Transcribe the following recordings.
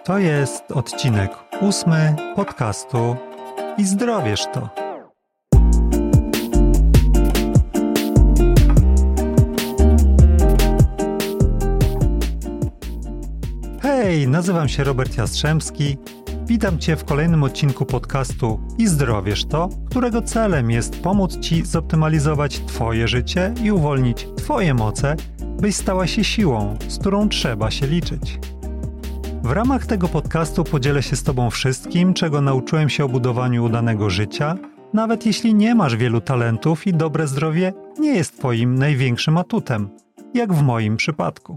To jest odcinek 8 podcastu I zdrowiesz to. Hej, nazywam się Robert Jastrzębski. Witam Cię w kolejnym odcinku podcastu I zdrowiesz to, którego celem jest pomóc Ci zoptymalizować Twoje życie i uwolnić Twoje moce, byś stała się siłą, z którą trzeba się liczyć. W ramach tego podcastu podzielę się z Tobą wszystkim, czego nauczyłem się o budowaniu udanego życia, nawet jeśli nie masz wielu talentów i dobre zdrowie nie jest Twoim największym atutem, jak w moim przypadku.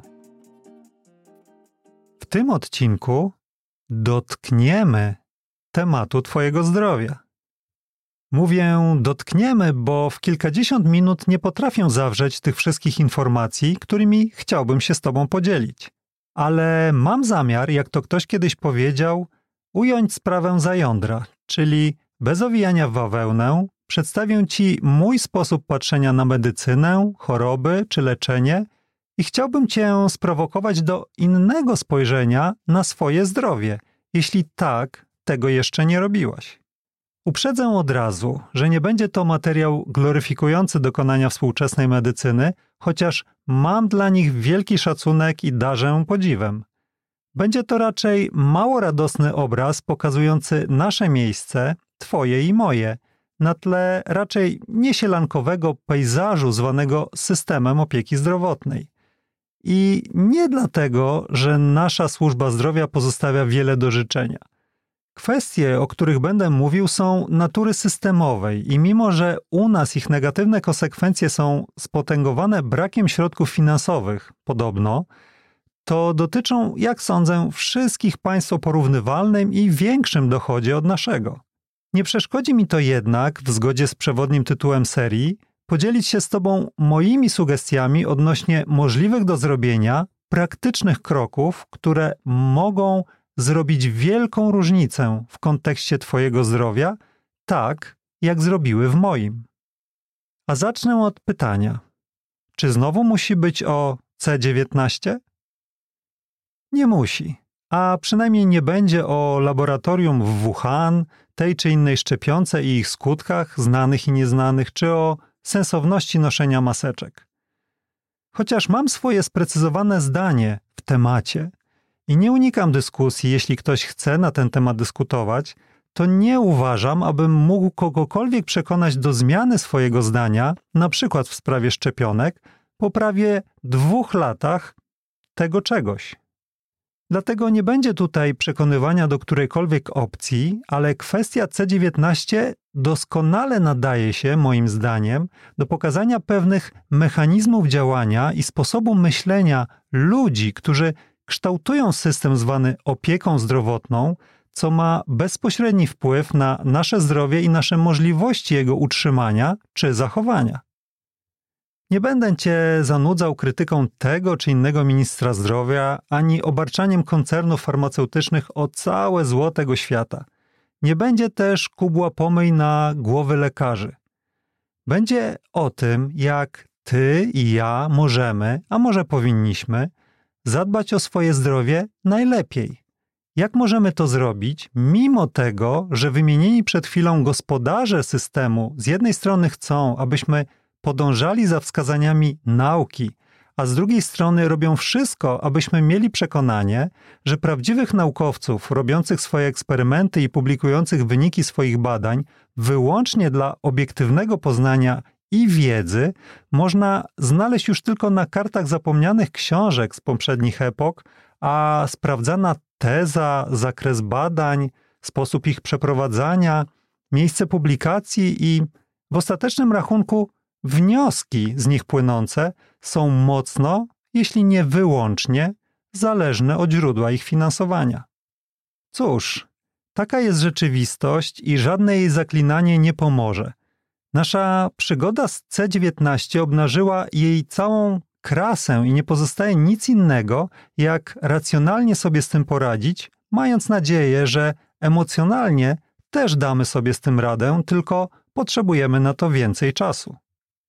W tym odcinku dotkniemy tematu Twojego zdrowia. Mówię dotkniemy, bo w kilkadziesiąt minut nie potrafię zawrzeć tych wszystkich informacji, którymi chciałbym się z Tobą podzielić. Ale mam zamiar, jak to ktoś kiedyś powiedział, ująć sprawę za jądra, czyli bez owijania w bawełnę, przedstawię Ci mój sposób patrzenia na medycynę, choroby czy leczenie i chciałbym Cię sprowokować do innego spojrzenia na swoje zdrowie, jeśli tak tego jeszcze nie robiłaś. Uprzedzę od razu, że nie będzie to materiał gloryfikujący dokonania współczesnej medycyny, chociaż mam dla nich wielki szacunek i darzę podziwem. Będzie to raczej mało radosny obraz pokazujący nasze miejsce, Twoje i moje, na tle raczej niesielankowego pejzażu zwanego systemem opieki zdrowotnej. I nie dlatego, że nasza służba zdrowia pozostawia wiele do życzenia. Kwestie, o których będę mówił, są natury systemowej i mimo, że u nas ich negatywne konsekwencje są spotęgowane brakiem środków finansowych, podobno, to dotyczą, jak sądzę, wszystkich państw o porównywalnym i większym dochodzie od naszego. Nie przeszkodzi mi to jednak, w zgodzie z przewodnim tytułem serii, podzielić się z Tobą moimi sugestiami odnośnie możliwych do zrobienia praktycznych kroków, które mogą zrobić wielką różnicę w kontekście Twojego zdrowia, tak jak zrobiły w moim. A zacznę od pytania. Czy znowu musi być o C19? Nie musi, a przynajmniej nie będzie o laboratorium w Wuhan, tej czy innej szczepionce i ich skutkach, znanych i nieznanych, czy o sensowności noszenia maseczek. Chociaż mam swoje sprecyzowane zdanie w temacie, i nie unikam dyskusji, jeśli ktoś chce na ten temat dyskutować, to nie uważam, abym mógł kogokolwiek przekonać do zmiany swojego zdania, na przykład w sprawie szczepionek, po prawie 2 latach tego czegoś. Dlatego nie będzie tutaj przekonywania do którejkolwiek opcji, ale kwestia C19 doskonale nadaje się, moim zdaniem, do pokazania pewnych mechanizmów działania i sposobu myślenia ludzi, którzy kształtują system zwany opieką zdrowotną, co ma bezpośredni wpływ na nasze zdrowie i nasze możliwości jego utrzymania czy zachowania. Nie będę Cię zanudzał krytyką tego czy innego ministra zdrowia, ani obarczaniem koncernów farmaceutycznych o całe zło tego świata. Nie będzie też kubła pomyj na głowy lekarzy. Będzie o tym, jak Ty i ja możemy, a może powinniśmy, zadbać o swoje zdrowie najlepiej. Jak możemy to zrobić, mimo tego, że wymienieni przed chwilą gospodarze systemu z jednej strony chcą, abyśmy podążali za wskazaniami nauki, a z drugiej strony robią wszystko, abyśmy mieli przekonanie, że prawdziwych naukowców robiących swoje eksperymenty i publikujących wyniki swoich badań wyłącznie dla obiektywnego poznania i wiedzy można znaleźć już tylko na kartach zapomnianych książek z poprzednich epok, a sprawdzana teza, zakres badań, sposób ich przeprowadzania, miejsce publikacji i w ostatecznym rachunku wnioski z nich płynące są mocno, jeśli nie wyłącznie, zależne od źródła ich finansowania. Cóż, taka jest rzeczywistość i żadne jej zaklinanie nie pomoże. Nasza przygoda z C19 obnażyła jej całą krasę i nie pozostaje nic innego, jak racjonalnie sobie z tym poradzić, mając nadzieję, że emocjonalnie też damy sobie z tym radę, tylko potrzebujemy na to więcej czasu.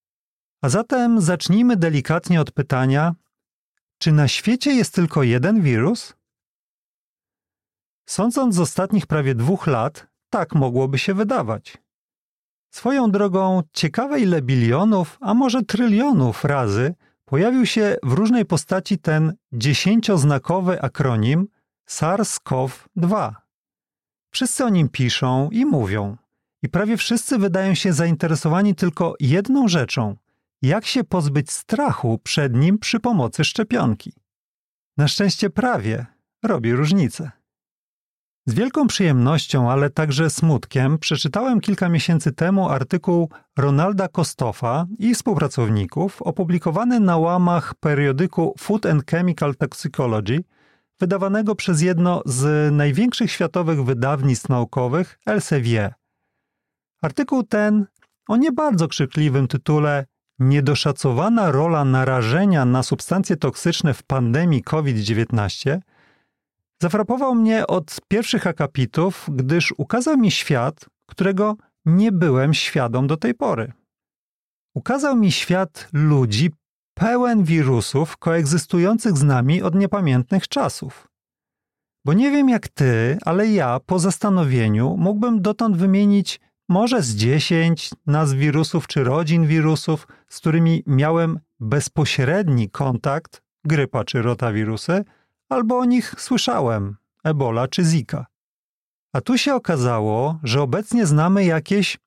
A zatem zacznijmy delikatnie od pytania, czy na świecie jest tylko jeden wirus? Sądząc z ostatnich prawie 2 lat, tak mogłoby się wydawać. Swoją drogą, ciekawe ile bilionów, a może trylionów razy pojawił się w różnej postaci ten 10-znakowy akronim SARS-CoV-2. Wszyscy o nim piszą i mówią. I prawie wszyscy wydają się zainteresowani tylko jedną rzeczą – jak się pozbyć strachu przed nim przy pomocy szczepionki. Na szczęście prawie robi różnicę. Z wielką przyjemnością, ale także smutkiem przeczytałem kilka miesięcy temu artykuł Ronalda Kostoffa i współpracowników opublikowany na łamach periodyku Food and Chemical Toxicology, wydawanego przez jedno z największych światowych wydawnictw naukowych Elsevier. Artykuł ten o nie bardzo krzykliwym tytule Niedoszacowana rola narażenia na substancje toksyczne w pandemii COVID-19 zafrapował mnie od pierwszych akapitów, gdyż ukazał mi świat, którego nie byłem świadom do tej pory. Ukazał mi świat ludzi pełen wirusów koegzystujących z nami od niepamiętnych czasów. Bo nie wiem jak ty, ale ja po zastanowieniu mógłbym dotąd wymienić może z 10 nazw wirusów czy rodzin wirusów, z którymi miałem bezpośredni kontakt, grypa czy rotawirusy, albo o nich słyszałem, Ebola czy Zika. A tu się okazało, że obecnie znamy jakieś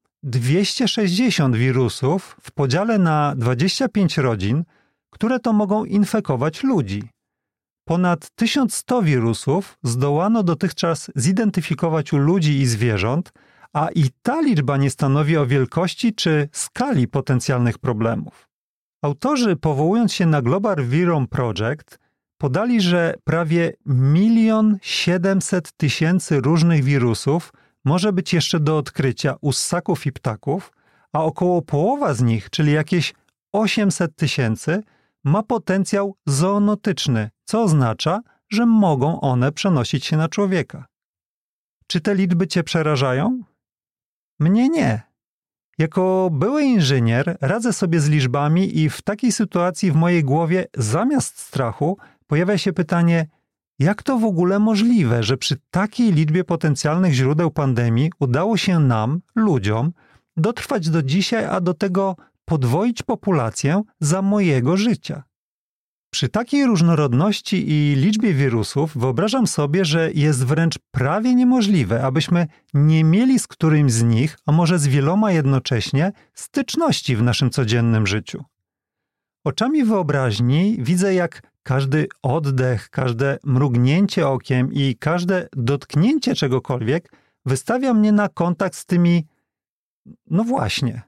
260 wirusów w podziale na 25 rodzin, które to mogą infekować ludzi. Ponad 1100 wirusów zdołano dotychczas zidentyfikować u ludzi i zwierząt, a i ta liczba nie stanowi o wielkości czy skali potencjalnych problemów. Autorzy, powołując się na Global Virome Project, podali, że prawie 1 700 000 różnych wirusów może być jeszcze do odkrycia u ssaków i ptaków, a około połowa z nich, czyli jakieś 800 000, ma potencjał zoonotyczny, co oznacza, że mogą one przenosić się na człowieka. Czy te liczby cię przerażają? Mnie nie. Jako były inżynier radzę sobie z liczbami i w takiej sytuacji w mojej głowie zamiast strachu pojawia się pytanie, jak to w ogóle możliwe, że przy takiej liczbie potencjalnych źródeł pandemii udało się nam, ludziom, dotrwać do dzisiaj, a do tego podwoić populację za mojego życia. Przy takiej różnorodności i liczbie wirusów wyobrażam sobie, że jest wręcz prawie niemożliwe, abyśmy nie mieli z którymś z nich, a może z wieloma jednocześnie, styczności w naszym codziennym życiu. Oczami wyobraźni widzę, jak każdy oddech, każde mrugnięcie okiem i każde dotknięcie czegokolwiek wystawia mnie na kontakt z tymi, no właśnie,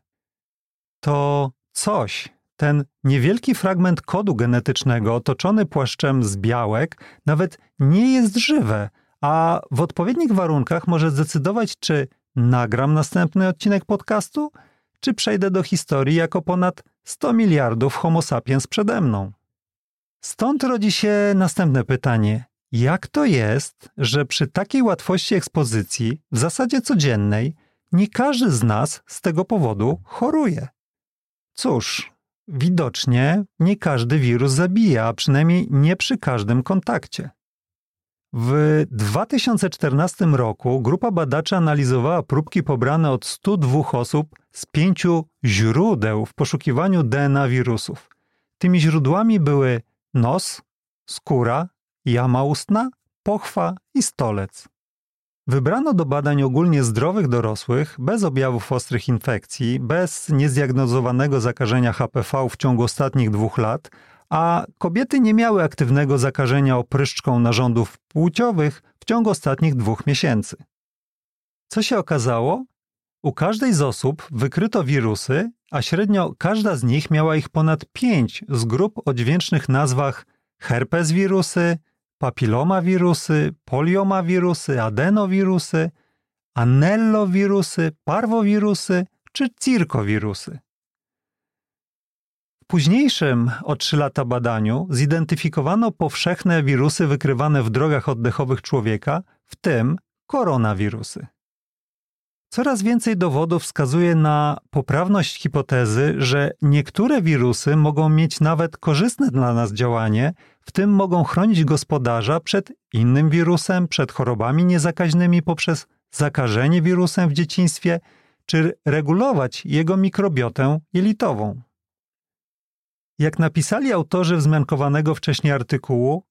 to coś. Ten niewielki fragment kodu genetycznego otoczony płaszczem z białek nawet nie jest żywe, a w odpowiednich warunkach może zdecydować, czy nagram następny odcinek podcastu, czy przejdę do historii jako ponad 100 miliardów homo sapiens przede mną. Stąd rodzi się następne pytanie. Jak to jest, że przy takiej łatwości ekspozycji, w zasadzie codziennej, nie każdy z nas z tego powodu choruje? Cóż, widocznie nie każdy wirus zabija, a przynajmniej nie przy każdym kontakcie. W 2014 roku grupa badaczy analizowała próbki pobrane od 102 osób z 5 źródeł w poszukiwaniu DNA wirusów. Tymi źródłami były nos, skóra, jama ustna, pochwa i stolec. Wybrano do badań ogólnie zdrowych dorosłych, bez objawów ostrych infekcji, bez niezdiagnozowanego zakażenia HPV w ciągu ostatnich 2 lat, a kobiety nie miały aktywnego zakażenia opryszczką narządów płciowych w ciągu ostatnich 2 miesięcy. Co się okazało? U każdej z osób wykryto wirusy, a średnio każda z nich miała ich ponad 5 z grup o dźwięcznych nazwach herpes wirusy, papilomawirusy, poliomawirusy, adenowirusy, anellowirusy, parwowirusy czy cirkowirusy. W późniejszym o 3 lata badaniu zidentyfikowano powszechne wirusy wykrywane w drogach oddechowych człowieka, w tym koronawirusy. Coraz więcej dowodów wskazuje na poprawność hipotezy, że niektóre wirusy mogą mieć nawet korzystne dla nas działanie, w tym mogą chronić gospodarza przed innym wirusem, przed chorobami niezakaźnymi poprzez zakażenie wirusem w dzieciństwie, czy regulować jego mikrobiotę jelitową. Jak napisali autorzy wzmiankowanego wcześniej artykułu,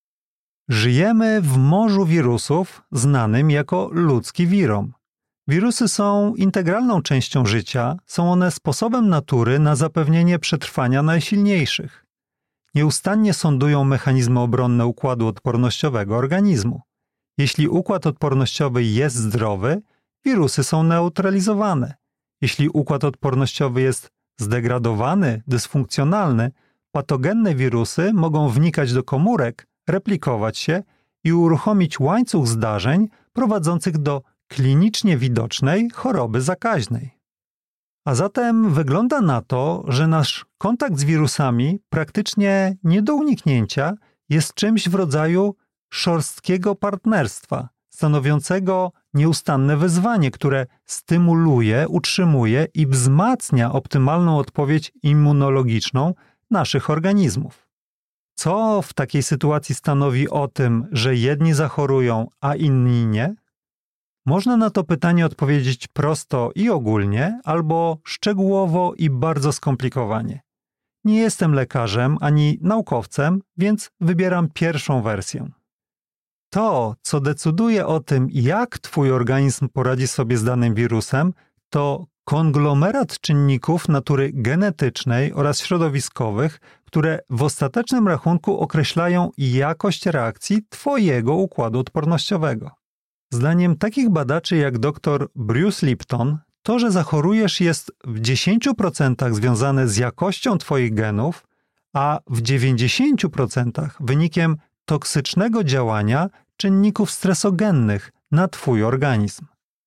żyjemy w morzu wirusów znanym jako ludzki wirom. Wirusy są integralną częścią życia, są one sposobem natury na zapewnienie przetrwania najsilniejszych. Nieustannie sądują mechanizmy obronne układu odpornościowego organizmu. Jeśli układ odpornościowy jest zdrowy, wirusy są neutralizowane. Jeśli układ odpornościowy jest zdegradowany, dysfunkcjonalny, patogenne wirusy mogą wnikać do komórek, replikować się i uruchomić łańcuch zdarzeń prowadzących do klinicznie widocznej choroby zakaźnej. A zatem wygląda na to, że nasz kontakt z wirusami praktycznie nie do uniknięcia jest czymś w rodzaju szorstkiego partnerstwa, stanowiącego nieustanne wyzwanie, które stymuluje, utrzymuje i wzmacnia optymalną odpowiedź immunologiczną naszych organizmów. Co w takiej sytuacji stanowi o tym, że jedni zachorują, a inni nie? Można na to pytanie odpowiedzieć prosto i ogólnie, albo szczegółowo i bardzo skomplikowanie. Nie jestem lekarzem ani naukowcem, więc wybieram pierwszą wersję. To, co decyduje o tym, jak twój organizm poradzi sobie z danym wirusem, to konglomerat czynników natury genetycznej oraz środowiskowych, które w ostatecznym rachunku określają jakość reakcji twojego układu odpornościowego. Zdaniem takich badaczy jak dr Bruce Lipton, to, że zachorujesz, jest w 10% związane z jakością twoich genów, a w 90% wynikiem toksycznego działania czynników stresogennych na twój organizm.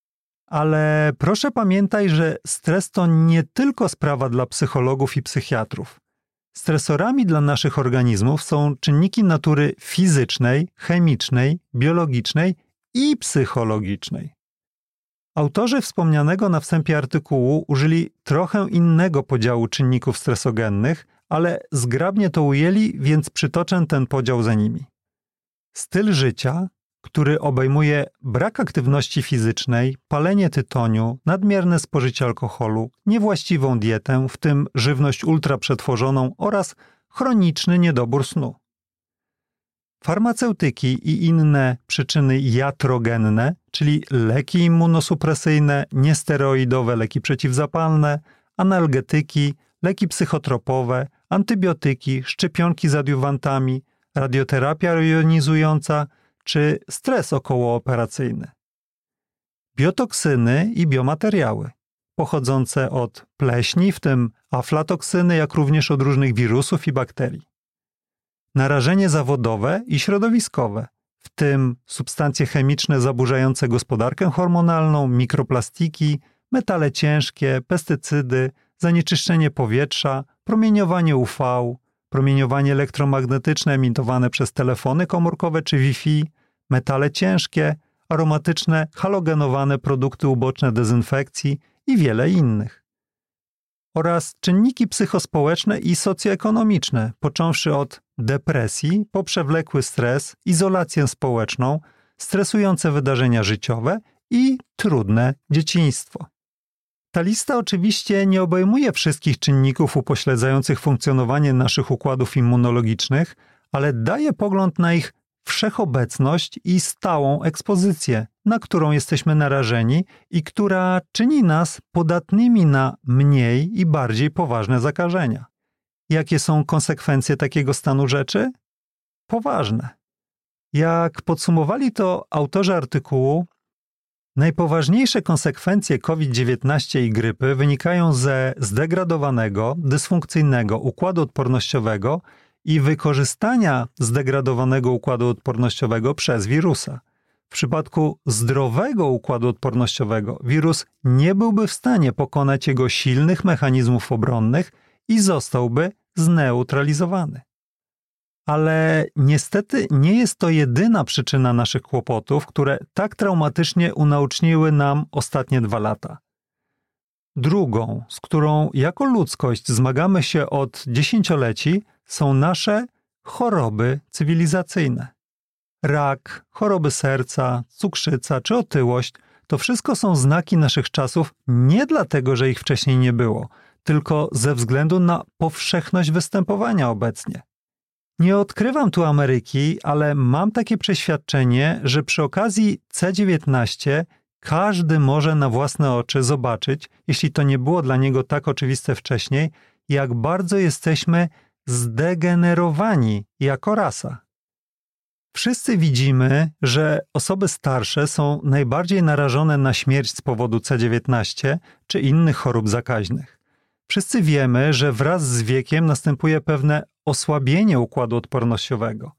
Ale proszę pamiętaj, że stres to nie tylko sprawa dla psychologów i psychiatrów. Stresorami dla naszych organizmów są czynniki natury fizycznej, chemicznej, biologicznej i psychologicznej. Autorzy wspomnianego na wstępie artykułu użyli trochę innego podziału czynników stresogennych, ale zgrabnie to ujęli, więc przytoczę ten podział za nimi. Styl życia, który obejmuje brak aktywności fizycznej, palenie tytoniu, nadmierne spożycie alkoholu, niewłaściwą dietę, w tym żywność ultraprzetworzoną oraz chroniczny niedobór snu. Farmaceutyki i inne przyczyny iatrogenne, czyli leki immunosupresyjne, niesteroidowe leki przeciwzapalne, analgetyki, leki psychotropowe, antybiotyki, szczepionki z adiuwantami, radioterapia jonizująca czy stres okołooperacyjny. Biotoksyny i biomateriały pochodzące od pleśni, w tym aflatoksyny, jak również od różnych wirusów i bakterii. Narażenie zawodowe i środowiskowe, w tym substancje chemiczne zaburzające gospodarkę hormonalną, mikroplastiki, metale ciężkie, pestycydy, zanieczyszczenie powietrza, promieniowanie UV, promieniowanie elektromagnetyczne emitowane przez telefony komórkowe czy Wi-Fi, metale ciężkie, aromatyczne, halogenowane produkty uboczne dezynfekcji i wiele innych. Oraz czynniki psychospołeczne i socjoekonomiczne, począwszy od depresji, po przewlekły stres, izolację społeczną, stresujące wydarzenia życiowe i trudne dzieciństwo. Ta lista oczywiście nie obejmuje wszystkich czynników upośledzających funkcjonowanie naszych układów immunologicznych, ale daje pogląd na ich wszechobecność i stałą ekspozycję, na którą jesteśmy narażeni i która czyni nas podatnymi na mniej i bardziej poważne zakażenia. Jakie są konsekwencje takiego stanu rzeczy? Poważne. Jak podsumowali to autorzy artykułu, najpoważniejsze konsekwencje COVID-19 i grypy wynikają ze zdegradowanego, dysfunkcyjnego układu odpornościowego i wykorzystania zdegradowanego układu odpornościowego przez wirusa. W przypadku zdrowego układu odpornościowego wirus nie byłby w stanie pokonać jego silnych mechanizmów obronnych i zostałby zneutralizowany. Ale niestety nie jest to jedyna przyczyna naszych kłopotów, które tak traumatycznie unaoczniły nam ostatnie 2 lata. Drugą, z którą jako ludzkość zmagamy się od dziesięcioleci, są nasze choroby cywilizacyjne. Rak, choroby serca, cukrzyca czy otyłość to wszystko są znaki naszych czasów nie dlatego, że ich wcześniej nie było, tylko ze względu na powszechność występowania obecnie. Nie odkrywam tu Ameryki, ale mam takie przeświadczenie, że przy okazji C19 każdy może na własne oczy zobaczyć, jeśli to nie było dla niego tak oczywiste wcześniej, jak bardzo jesteśmy zdegenerowani jako rasa. Wszyscy widzimy, że osoby starsze są najbardziej narażone na śmierć z powodu C19 czy innych chorób zakaźnych. Wszyscy wiemy, że wraz z wiekiem następuje pewne osłabienie układu odpornościowego.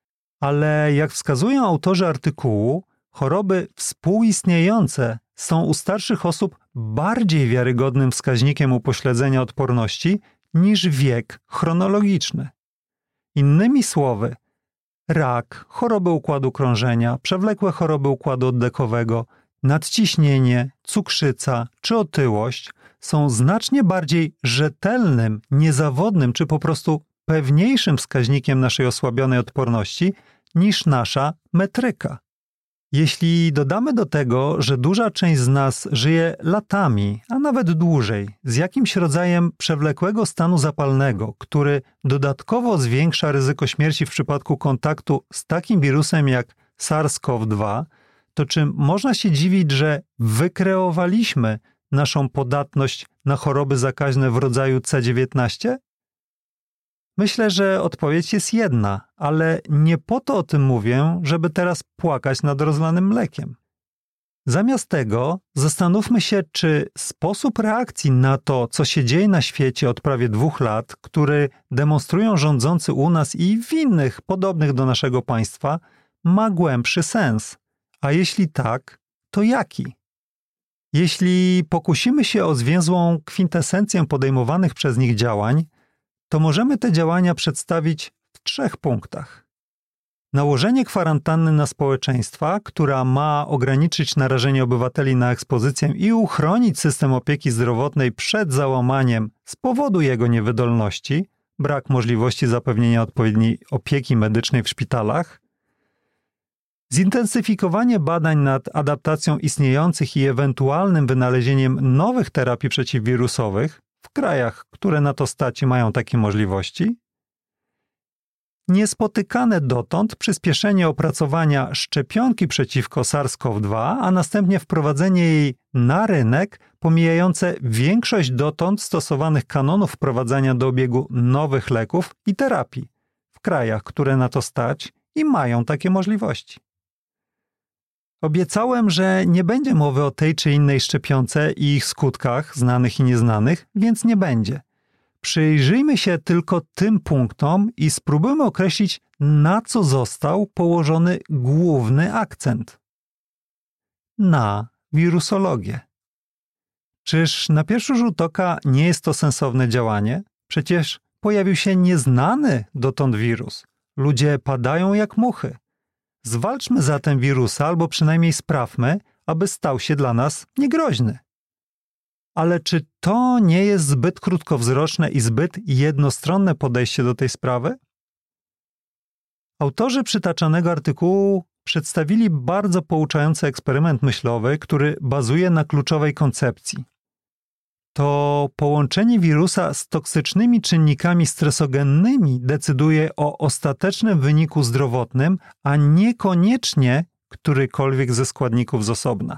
Ale jak wskazują autorzy artykułu, choroby współistniejące są u starszych osób bardziej wiarygodnym wskaźnikiem upośledzenia odporności niż wiek chronologiczny. Innymi słowy, rak, choroby układu krążenia, przewlekłe choroby układu oddechowego, nadciśnienie, cukrzyca czy otyłość są znacznie bardziej rzetelnym, niezawodnym czy po prostu pewniejszym wskaźnikiem naszej osłabionej odporności niż nasza metryka. Jeśli dodamy do tego, że duża część z nas żyje latami, a nawet dłużej, z jakimś rodzajem przewlekłego stanu zapalnego, który dodatkowo zwiększa ryzyko śmierci w przypadku kontaktu z takim wirusem jak SARS-CoV-2, to czy można się dziwić, że wykreowaliśmy naszą podatność na choroby zakaźne w rodzaju C19? Myślę, że odpowiedź jest jedna, ale nie po to o tym mówię, żeby teraz płakać nad rozlanym mlekiem. Zamiast tego zastanówmy się, czy sposób reakcji na to, co się dzieje na świecie od prawie 2 lat, który demonstrują rządzący u nas i w innych podobnych do naszego państwa, ma głębszy sens. A jeśli tak, to jaki? Jeśli pokusimy się o zwięzłą kwintesencję podejmowanych przez nich działań, to możemy te działania przedstawić w 3 punktach. Nałożenie kwarantanny na społeczeństwa, która ma ograniczyć narażenie obywateli na ekspozycję i uchronić system opieki zdrowotnej przed załamaniem z powodu jego niewydolności, brak możliwości zapewnienia odpowiedniej opieki medycznej w szpitalach, zintensyfikowanie badań nad adaptacją istniejących i ewentualnym wynalezieniem nowych terapii przeciwwirusowych w krajach, które na to stać i mają takie możliwości, niespotykane dotąd przyspieszenie opracowania szczepionki przeciwko SARS-CoV-2, a następnie wprowadzenie jej na rynek, pomijające większość dotąd stosowanych kanonów wprowadzania do obiegu nowych leków i terapii w krajach, które na to stać i mają takie możliwości. Obiecałem, że nie będzie mowy o tej czy innej szczepionce i ich skutkach, znanych i nieznanych, więc nie będzie. Przyjrzyjmy się tylko tym punktom i spróbujmy określić, na co został położony główny akcent. Na wirusologię. Czyż na pierwszy rzut oka nie jest to sensowne działanie? Przecież pojawił się nieznany dotąd wirus. Ludzie padają jak muchy. Zwalczmy zatem wirusa, albo przynajmniej sprawmy, aby stał się dla nas niegroźny. Ale czy to nie jest zbyt krótkowzroczne i zbyt jednostronne podejście do tej sprawy? Autorzy przytaczanego artykułu przedstawili bardzo pouczający eksperyment myślowy, który bazuje na kluczowej koncepcji. To połączenie wirusa z toksycznymi czynnikami stresogennymi decyduje o ostatecznym wyniku zdrowotnym, a niekoniecznie którykolwiek ze składników z osobna.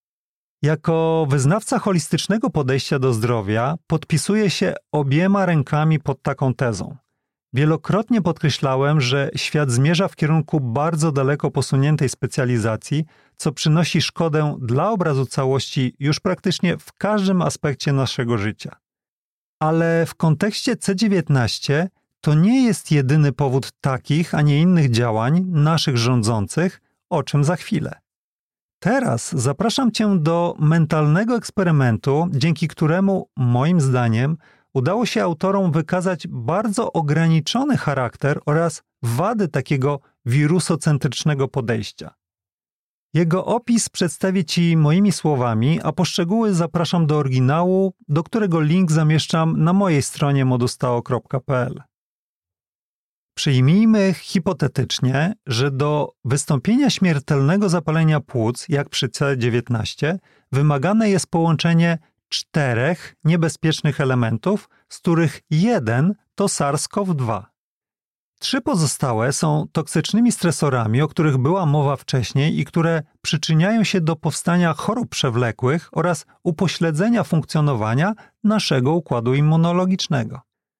Jako wyznawca holistycznego podejścia do zdrowia podpisuję się obiema rękami pod taką tezą. Wielokrotnie podkreślałem, że świat zmierza w kierunku bardzo daleko posuniętej specjalizacji, co przynosi szkodę dla obrazu całości już praktycznie w każdym aspekcie naszego życia. Ale w kontekście C19 to nie jest jedyny powód takich, a nie innych działań naszych rządzących, o czym za chwilę. Teraz zapraszam Cię do mentalnego eksperymentu, dzięki któremu, moim zdaniem, udało się autorom wykazać bardzo ograniczony charakter oraz wady takiego wirusocentrycznego podejścia. Jego opis przedstawię Ci moimi słowami, a poszczegóły zapraszam do oryginału, do którego link zamieszczam na mojej stronie modustao.pl. Przyjmijmy hipotetycznie, że do wystąpienia śmiertelnego zapalenia płuc, jak przy C19, wymagane jest połączenie 4 niebezpiecznych elementów, z których jeden to SARS-CoV-2. 3 pozostałe są toksycznymi stresorami, o których była mowa wcześniej i które przyczyniają się do powstania chorób przewlekłych oraz upośledzenia funkcjonowania naszego układu immunologicznego.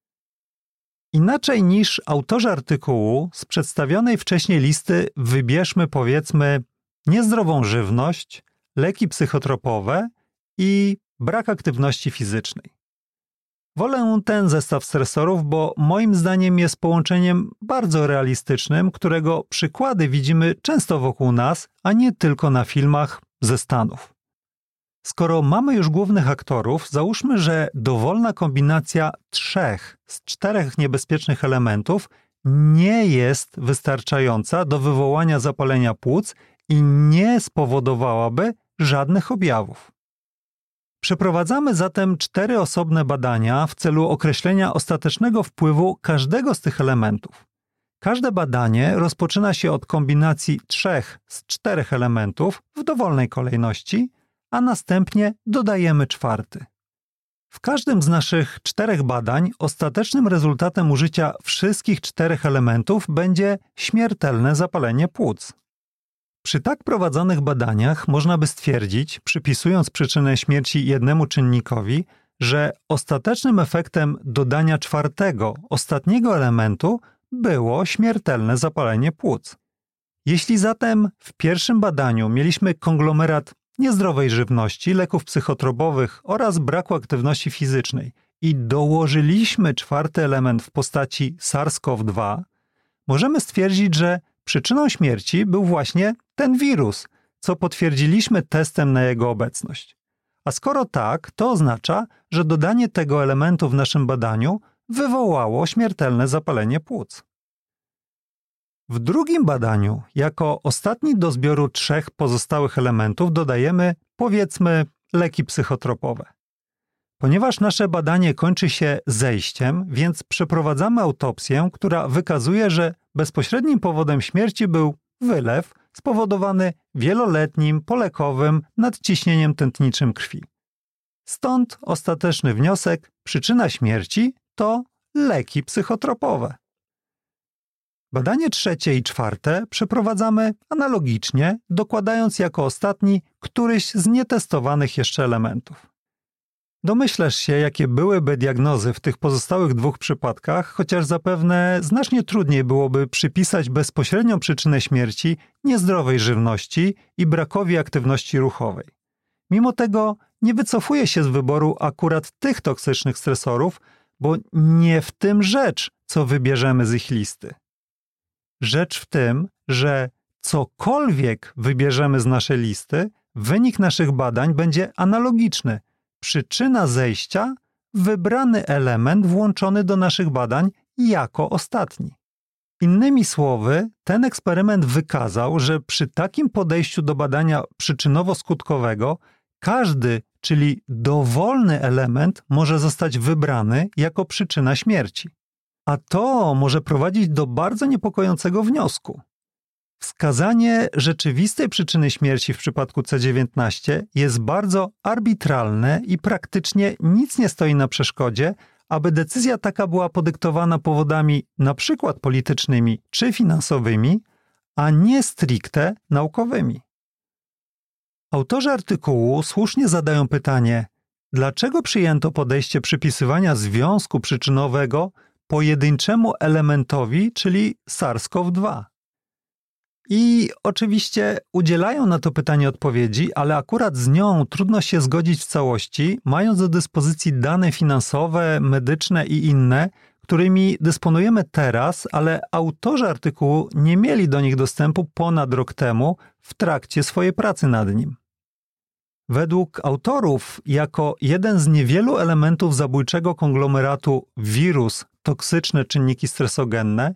Inaczej niż autorzy artykułu z przedstawionej wcześniej listy wybierzmy, powiedzmy, niezdrową żywność, leki psychotropowe i brak aktywności fizycznej. Wolę ten zestaw stresorów, bo moim zdaniem jest połączeniem bardzo realistycznym, którego przykłady widzimy często wokół nas, a nie tylko na filmach ze Stanów. Skoro mamy już głównych aktorów, załóżmy, że dowolna kombinacja 3 z 4 niebezpiecznych elementów nie jest wystarczająca do wywołania zapalenia płuc i nie spowodowałaby żadnych objawów. Przeprowadzamy zatem 4 osobne badania w celu określenia ostatecznego wpływu każdego z tych elementów. Każde badanie rozpoczyna się od kombinacji 3 z 4 elementów w dowolnej kolejności, a następnie dodajemy 4. W każdym z naszych 4 badań ostatecznym rezultatem użycia wszystkich 4 elementów będzie śmiertelne zapalenie płuc. Przy tak prowadzonych badaniach można by stwierdzić, przypisując przyczynę śmierci jednemu czynnikowi, że ostatecznym efektem dodania 4, ostatniego elementu było śmiertelne zapalenie płuc. Jeśli zatem w pierwszym badaniu mieliśmy konglomerat niezdrowej żywności, leków psychotropowych oraz braku aktywności fizycznej i dołożyliśmy 4 element w postaci SARS-CoV-2, możemy stwierdzić, że przyczyną śmierci był właśnie ten wirus, co potwierdziliśmy testem na jego obecność. A skoro tak, to oznacza, że dodanie tego elementu w naszym badaniu wywołało śmiertelne zapalenie płuc. W drugim badaniu, jako ostatni do zbioru 3 pozostałych elementów dodajemy, powiedzmy, leki psychotropowe. Ponieważ nasze badanie kończy się zejściem, więc przeprowadzamy autopsję, która wykazuje, że bezpośrednim powodem śmierci był wylew spowodowany wieloletnim polekowym nadciśnieniem tętniczym krwi. Stąd ostateczny wniosek: przyczyna śmierci to leki psychotropowe. Badanie 3 i 4 przeprowadzamy analogicznie, dokładając jako ostatni któryś z nietestowanych jeszcze elementów. Domyślasz się, jakie byłyby diagnozy w tych pozostałych 2 przypadkach, chociaż zapewne znacznie trudniej byłoby przypisać bezpośrednią przyczynę śmierci niezdrowej żywności i brakowi aktywności ruchowej. Mimo tego nie wycofuję się z wyboru akurat tych toksycznych stresorów, bo nie w tym rzecz, co wybierzemy z ich listy. Rzecz w tym, że cokolwiek wybierzemy z naszej listy, wynik naszych badań będzie analogiczny. Przyczyna zejścia – wybrany element włączony do naszych badań jako ostatni. Innymi słowy, ten eksperyment wykazał, że przy takim podejściu do badania przyczynowo-skutkowego każdy, czyli dowolny element może zostać wybrany jako przyczyna śmierci. A to może prowadzić do bardzo niepokojącego wniosku. Wskazanie rzeczywistej przyczyny śmierci w przypadku C19 jest bardzo arbitralne i praktycznie nic nie stoi na przeszkodzie, aby decyzja taka była podyktowana powodami np. politycznymi czy finansowymi, a nie stricte naukowymi. Autorzy artykułu słusznie zadają pytanie, dlaczego przyjęto podejście przypisywania związku przyczynowego pojedynczemu elementowi, czyli SARS-CoV-2. I oczywiście udzielają na to pytanie odpowiedzi, ale akurat z nią trudno się zgodzić w całości, mając do dyspozycji dane finansowe, medyczne i inne, którymi dysponujemy teraz, ale autorzy artykułu nie mieli do nich dostępu ponad rok temu w trakcie swojej pracy nad nim. Według autorów, jako jeden z niewielu elementów zabójczego konglomeratu wirus, toksyczne czynniki stresogenne,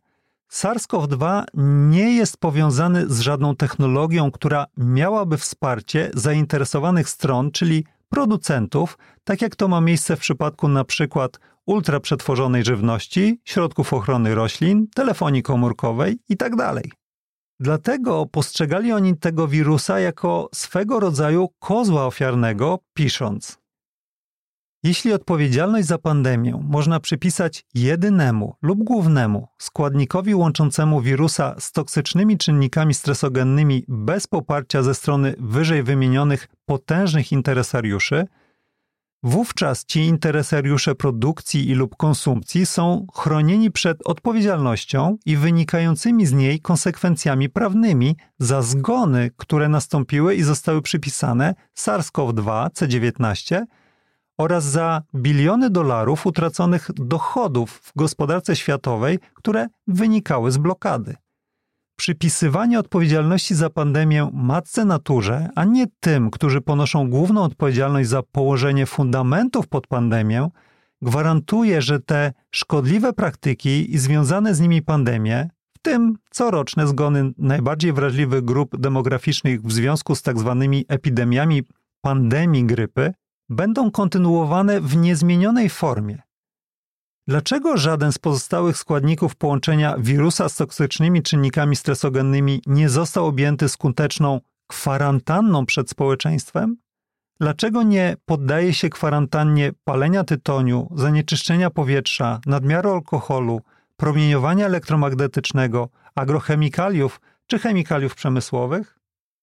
SARS-CoV-2 nie jest powiązany z żadną technologią, która miałaby wsparcie zainteresowanych stron, czyli producentów, tak jak to ma miejsce w przypadku na przykład ultraprzetworzonej żywności, środków ochrony roślin, telefonii komórkowej itd. Dlatego postrzegali oni tego wirusa jako swego rodzaju kozła ofiarnego, pisząc: jeśli odpowiedzialność za pandemię można przypisać jedynemu lub głównemu składnikowi łączącemu wirusa z toksycznymi czynnikami stresogennymi bez poparcia ze strony wyżej wymienionych potężnych interesariuszy, wówczas ci interesariusze produkcji i lub konsumpcji są chronieni przed odpowiedzialnością i wynikającymi z niej konsekwencjami prawnymi za zgony, które nastąpiły i zostały przypisane SARS-CoV-2 C19 oraz za biliony dolarów utraconych dochodów w gospodarce światowej, które wynikały z blokady. Przypisywanie odpowiedzialności za pandemię matce naturze, a nie tym, którzy ponoszą główną odpowiedzialność za położenie fundamentów pod pandemię, gwarantuje, że te szkodliwe praktyki i związane z nimi pandemie, w tym coroczne zgony najbardziej wrażliwych grup demograficznych w związku z tzw. epidemiami pandemii grypy, będą kontynuowane w niezmienionej formie. Dlaczego żaden z pozostałych składników połączenia wirusa z toksycznymi czynnikami stresogennymi nie został objęty skuteczną kwarantanną przed społeczeństwem? Dlaczego nie poddaje się kwarantannie palenia tytoniu, zanieczyszczenia powietrza, nadmiaru alkoholu, promieniowania elektromagnetycznego, agrochemikaliów czy chemikaliów przemysłowych?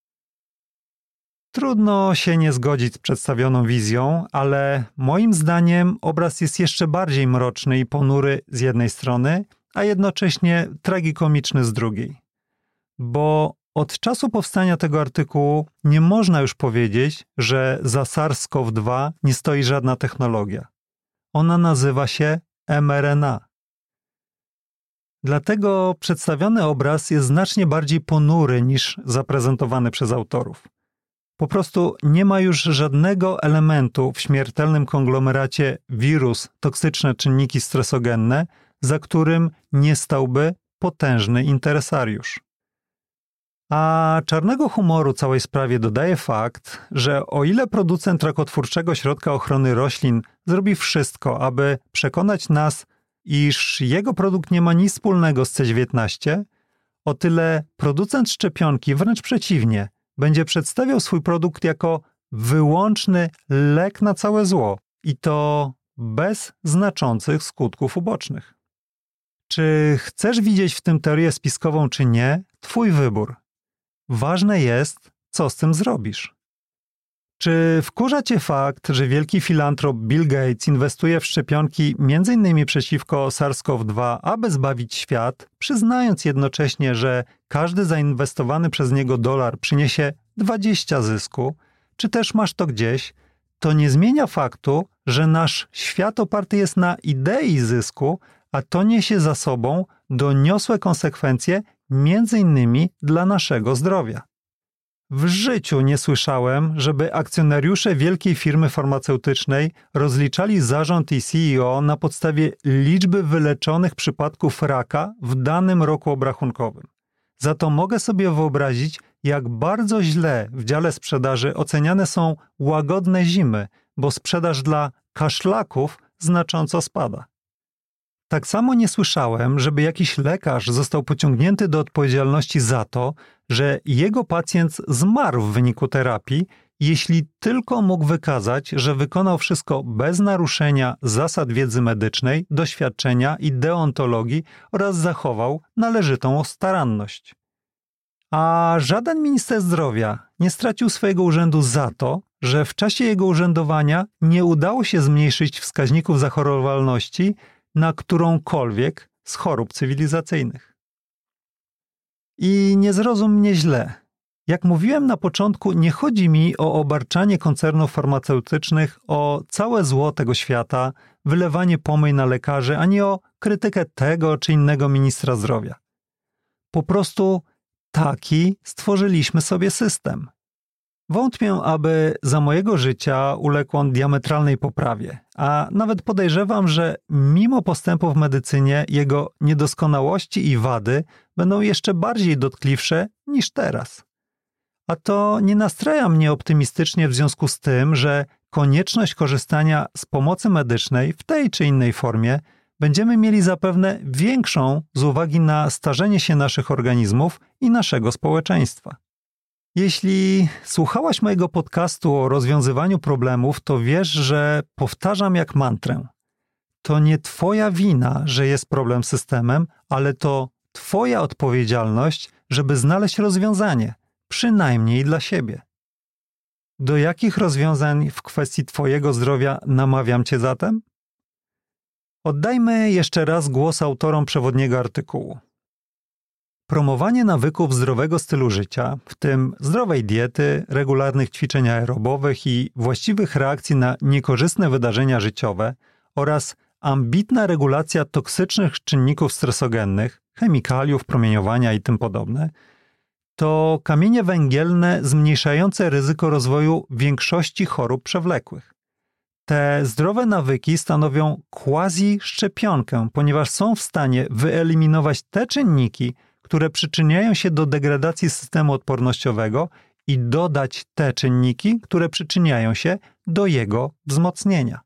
Trudno się nie zgodzić z przedstawioną wizją, ale moim zdaniem obraz jest jeszcze bardziej mroczny i ponury z jednej strony, a jednocześnie tragikomiczny z drugiej. Bo od czasu powstania tego artykułu nie można już powiedzieć, że za SARS-CoV-2 nie stoi żadna technologia. Ona nazywa się mRNA. Dlatego przedstawiony obraz jest znacznie bardziej ponury niż zaprezentowany przez autorów. Po prostu nie ma już żadnego elementu w śmiertelnym konglomeracie wirus, toksyczne czynniki stresogenne, za którym nie stałby potężny interesariusz. A czarnego humoru całej sprawie dodaje fakt, że o ile producent rakotwórczego środka ochrony roślin zrobi wszystko, aby przekonać nas, iż jego produkt nie ma nic wspólnego z C19, o tyle producent szczepionki wręcz przeciwnie, będzie przedstawiał swój produkt jako wyłączny lek na całe zło i to bez znaczących skutków ubocznych. Czy chcesz widzieć w tym teorię spiskową czy nie? Twój wybór. Ważne jest, co z tym zrobisz. Czy wkurza cię fakt, że wielki filantrop Bill Gates inwestuje w szczepionki m.in. przeciwko SARS-CoV-2, aby zbawić świat, przyznając jednocześnie, że każdy zainwestowany przez niego dolar przyniesie 20 zysku, czy też masz to gdzieś, to nie zmienia faktu, że nasz świat oparty jest na idei zysku, a to niesie za sobą doniosłe konsekwencje m.in. dla naszego zdrowia. W życiu nie słyszałem, żeby akcjonariusze wielkiej firmy farmaceutycznej rozliczali zarząd i CEO na podstawie liczby wyleczonych przypadków raka w danym roku obrachunkowym. Za to mogę sobie wyobrazić, jak bardzo źle w dziale sprzedaży oceniane są łagodne zimy, bo sprzedaż dla kaszlaków znacząco spada. Tak samo nie słyszałem, żeby jakiś lekarz został pociągnięty do odpowiedzialności za to, że jego pacjent zmarł w wyniku terapii, jeśli tylko mógł wykazać, że wykonał wszystko bez naruszenia zasad wiedzy medycznej, doświadczenia i deontologii oraz zachował należytą staranność. A żaden minister zdrowia nie stracił swojego urzędu za to, że w czasie jego urzędowania nie udało się zmniejszyć wskaźników zachorowalności na którąkolwiek z chorób cywilizacyjnych. I nie zrozum mnie źle. Jak mówiłem na początku, nie chodzi mi o obarczanie koncernów farmaceutycznych o całe zło tego świata, wylewanie pomyj na lekarzy, ani o krytykę tego czy innego ministra zdrowia. Po prostu taki stworzyliśmy sobie system. Wątpię, aby za mojego życia uległ on diametralnej poprawie, a nawet podejrzewam, że mimo postępów w medycynie jego niedoskonałości i wady będą jeszcze bardziej dotkliwsze niż teraz. A to nie nastraja mnie optymistycznie w związku z tym, że konieczność korzystania z pomocy medycznej w tej czy innej formie będziemy mieli zapewne większą z uwagi na starzenie się naszych organizmów i naszego społeczeństwa. Jeśli słuchałaś mojego podcastu o rozwiązywaniu problemów, to wiesz, że powtarzam jak mantrę. To nie twoja wina, że jest problem z systemem, ale to twoja odpowiedzialność, żeby znaleźć rozwiązanie, przynajmniej dla siebie. Do jakich rozwiązań w kwestii twojego zdrowia namawiam cię zatem? Oddajmy jeszcze raz głos autorom przewodniego artykułu. Promowanie nawyków zdrowego stylu życia, w tym zdrowej diety, regularnych ćwiczeń aerobowych i właściwych reakcji na niekorzystne wydarzenia życiowe oraz ambitna regulacja toksycznych czynników stresogennych, chemikaliów, promieniowania i tym podobne, to kamienie węgielne zmniejszające ryzyko rozwoju większości chorób przewlekłych. Te zdrowe nawyki stanowią quasi-szczepionkę, ponieważ są w stanie wyeliminować te czynniki, które przyczyniają się do degradacji systemu odpornościowego i dodać te czynniki, które przyczyniają się do jego wzmocnienia.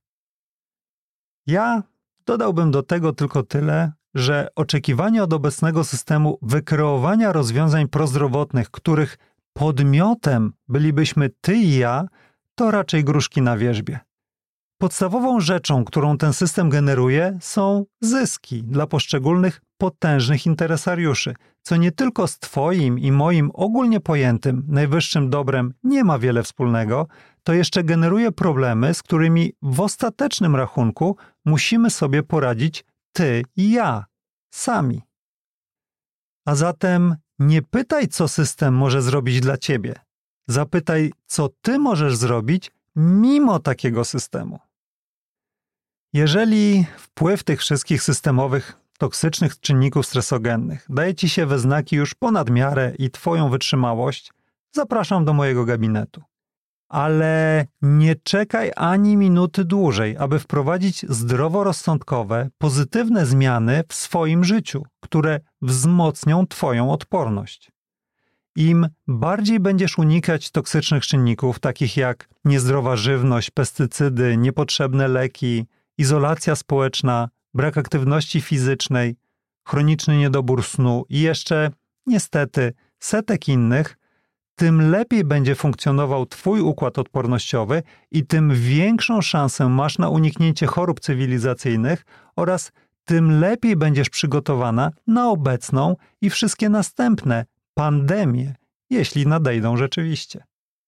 Ja dodałbym do tego tylko tyle, że oczekiwanie od obecnego systemu wykreowania rozwiązań prozdrowotnych, których podmiotem bylibyśmy ty i ja, to raczej gruszki na wierzbie. Podstawową rzeczą, którą ten system generuje, są zyski dla poszczególnych potężnych interesariuszy, co nie tylko z twoim i moim ogólnie pojętym najwyższym dobrem nie ma wiele wspólnego, to jeszcze generuje problemy, z którymi w ostatecznym rachunku musimy sobie poradzić ty i ja, sami. A zatem nie pytaj, co system może zrobić dla ciebie. Zapytaj, co ty możesz zrobić mimo takiego systemu. Jeżeli wpływ tych wszystkich systemowych, toksycznych czynników stresogennych daje ci się we znaki już ponad miarę i twoją wytrzymałość, zapraszam do mojego gabinetu. Ale nie czekaj ani minuty dłużej, aby wprowadzić zdroworozsądkowe, pozytywne zmiany w swoim życiu, które wzmocnią twoją odporność. Im bardziej będziesz unikać toksycznych czynników, takich jak niezdrowa żywność, pestycydy, niepotrzebne leki, izolacja społeczna, brak aktywności fizycznej, chroniczny niedobór snu i jeszcze, niestety, setek innych, tym lepiej będzie funkcjonował twój układ odpornościowy i tym większą szansę masz na uniknięcie chorób cywilizacyjnych oraz tym lepiej będziesz przygotowana na obecną i wszystkie następne pandemie, jeśli nadejdą rzeczywiście.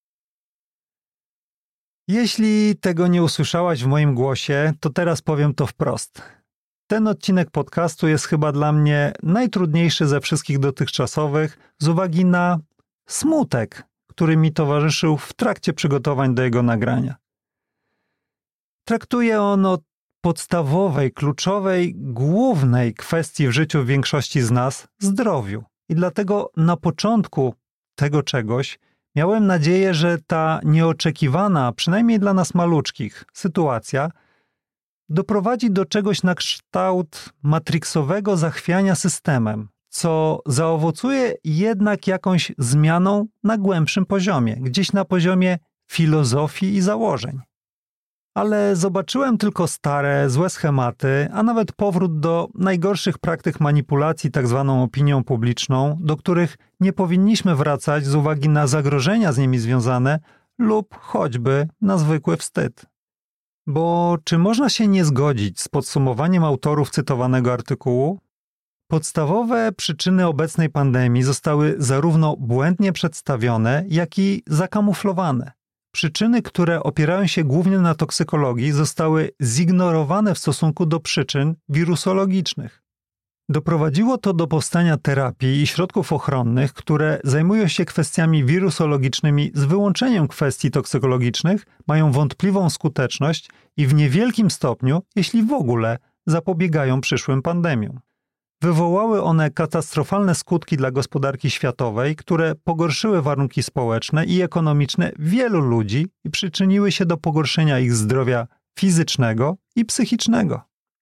Jeśli tego nie usłyszałaś w moim głosie, to teraz powiem to wprost. Ten odcinek podcastu jest chyba dla mnie najtrudniejszy ze wszystkich dotychczasowych z uwagi na smutek, który mi towarzyszył w trakcie przygotowań do jego nagrania. Traktuje on o podstawowej, kluczowej, głównej kwestii w życiu większości z nas – zdrowiu. I dlatego na początku tego czegoś miałem nadzieję, że ta nieoczekiwana, przynajmniej dla nas maluczkich, sytuacja doprowadzi do czegoś na kształt matrixowego zachwiania systemem, co zaowocuje jednak jakąś zmianą na głębszym poziomie, gdzieś na poziomie filozofii i założeń. Ale zobaczyłem tylko stare, złe schematy, a nawet powrót do najgorszych praktyk manipulacji tzw. opinią publiczną, do których nie powinniśmy wracać z uwagi na zagrożenia z nimi związane lub choćby na zwykły wstyd. Bo czy można się nie zgodzić z podsumowaniem autorów cytowanego artykułu? Podstawowe przyczyny obecnej pandemii zostały zarówno błędnie przedstawione, jak i zakamuflowane. Przyczyny, które opierają się głównie na toksykologii, zostały zignorowane w stosunku do przyczyn wirusologicznych. Doprowadziło to do powstania terapii i środków ochronnych, które zajmują się kwestiami wirusologicznymi z wyłączeniem kwestii toksykologicznych, mają wątpliwą skuteczność i w niewielkim stopniu, jeśli w ogóle, zapobiegają przyszłym pandemiom. Wywołały one katastrofalne skutki dla gospodarki światowej, które pogorszyły warunki społeczne i ekonomiczne wielu ludzi i przyczyniły się do pogorszenia ich zdrowia fizycznego i psychicznego.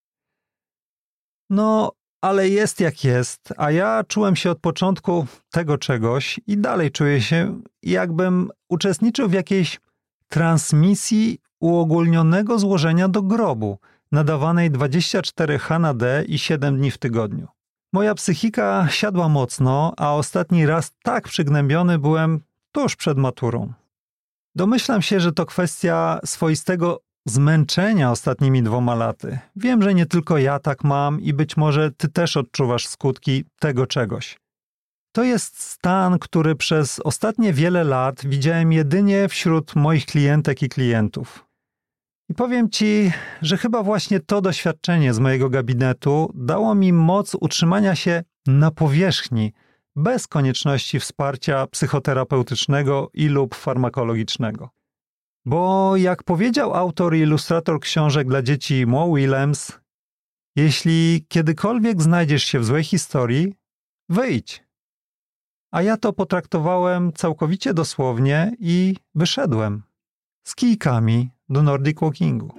No, ale jest jak jest, a ja czułem się od początku tego czegoś i dalej czuję się, jakbym uczestniczył w jakiejś transmisji uogólnionego złożenia do grobu, nadawanej 24H na D i 7 dni w tygodniu. Moja psychika siadła mocno, a ostatni raz tak przygnębiony byłem tuż przed maturą. Domyślam się, że to kwestia swoistego zmęczenia ostatnimi 2 laty. Wiem, że nie tylko ja tak mam i być może ty też odczuwasz skutki tego czegoś. To jest stan, który przez ostatnie wiele lat widziałem jedynie wśród moich klientek i klientów. I powiem ci, że chyba właśnie to doświadczenie z mojego gabinetu dało mi moc utrzymania się na powierzchni, bez konieczności wsparcia psychoterapeutycznego i lub farmakologicznego. Bo jak powiedział autor i ilustrator książek dla dzieci Mo Willems, jeśli kiedykolwiek znajdziesz się w złej historii, wyjdź. A ja to potraktowałem całkowicie dosłownie i wyszedłem z kijkami do Nordic Walkingu.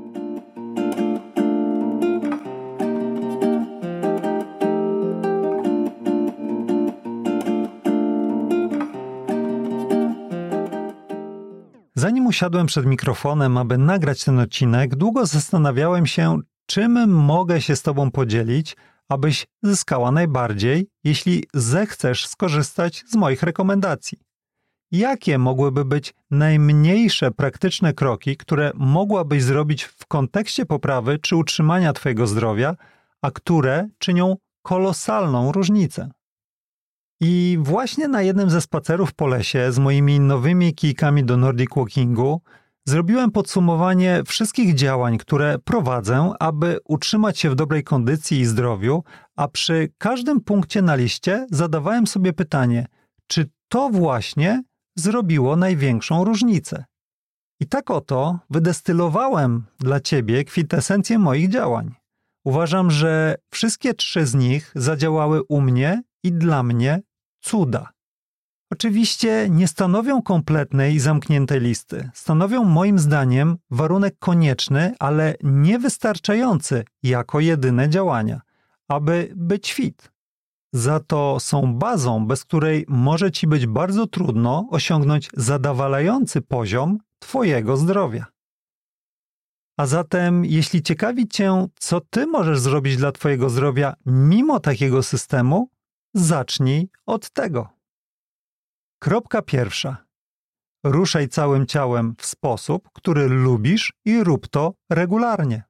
Zanim usiadłem przed mikrofonem, aby nagrać ten odcinek, długo zastanawiałem się, czym mogę się z tobą podzielić, abyś zyskała najbardziej, jeśli zechcesz skorzystać z moich rekomendacji. Jakie mogłyby być najmniejsze praktyczne kroki, które mogłabyś zrobić w kontekście poprawy czy utrzymania twojego zdrowia, a które czynią kolosalną różnicę? I właśnie na jednym ze spacerów po lesie z moimi nowymi kijkami do Nordic Walkingu zrobiłem podsumowanie wszystkich działań, które prowadzę, aby utrzymać się w dobrej kondycji i zdrowiu, a przy każdym punkcie na liście zadawałem sobie pytanie, czy to właśnie zrobiło największą różnicę. I tak oto wydestylowałem dla ciebie kwintesencję moich działań. Uważam, że wszystkie 3 z nich zadziałały u mnie i dla mnie cuda. Oczywiście nie stanowią kompletnej i zamkniętej listy. Stanowią moim zdaniem warunek konieczny, ale niewystarczający jako jedyne działania, aby być fit. Za to są bazą, bez której może ci być bardzo trudno osiągnąć zadowalający poziom twojego zdrowia. A zatem, jeśli ciekawi cię, co ty możesz zrobić dla twojego zdrowia mimo takiego systemu, zacznij od tego. Kropka pierwsza. Ruszaj całym ciałem w sposób, który lubisz i rób to regularnie.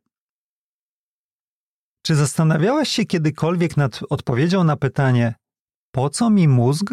Czy zastanawiałeś się kiedykolwiek nad odpowiedzią na pytanie, po co mi mózg?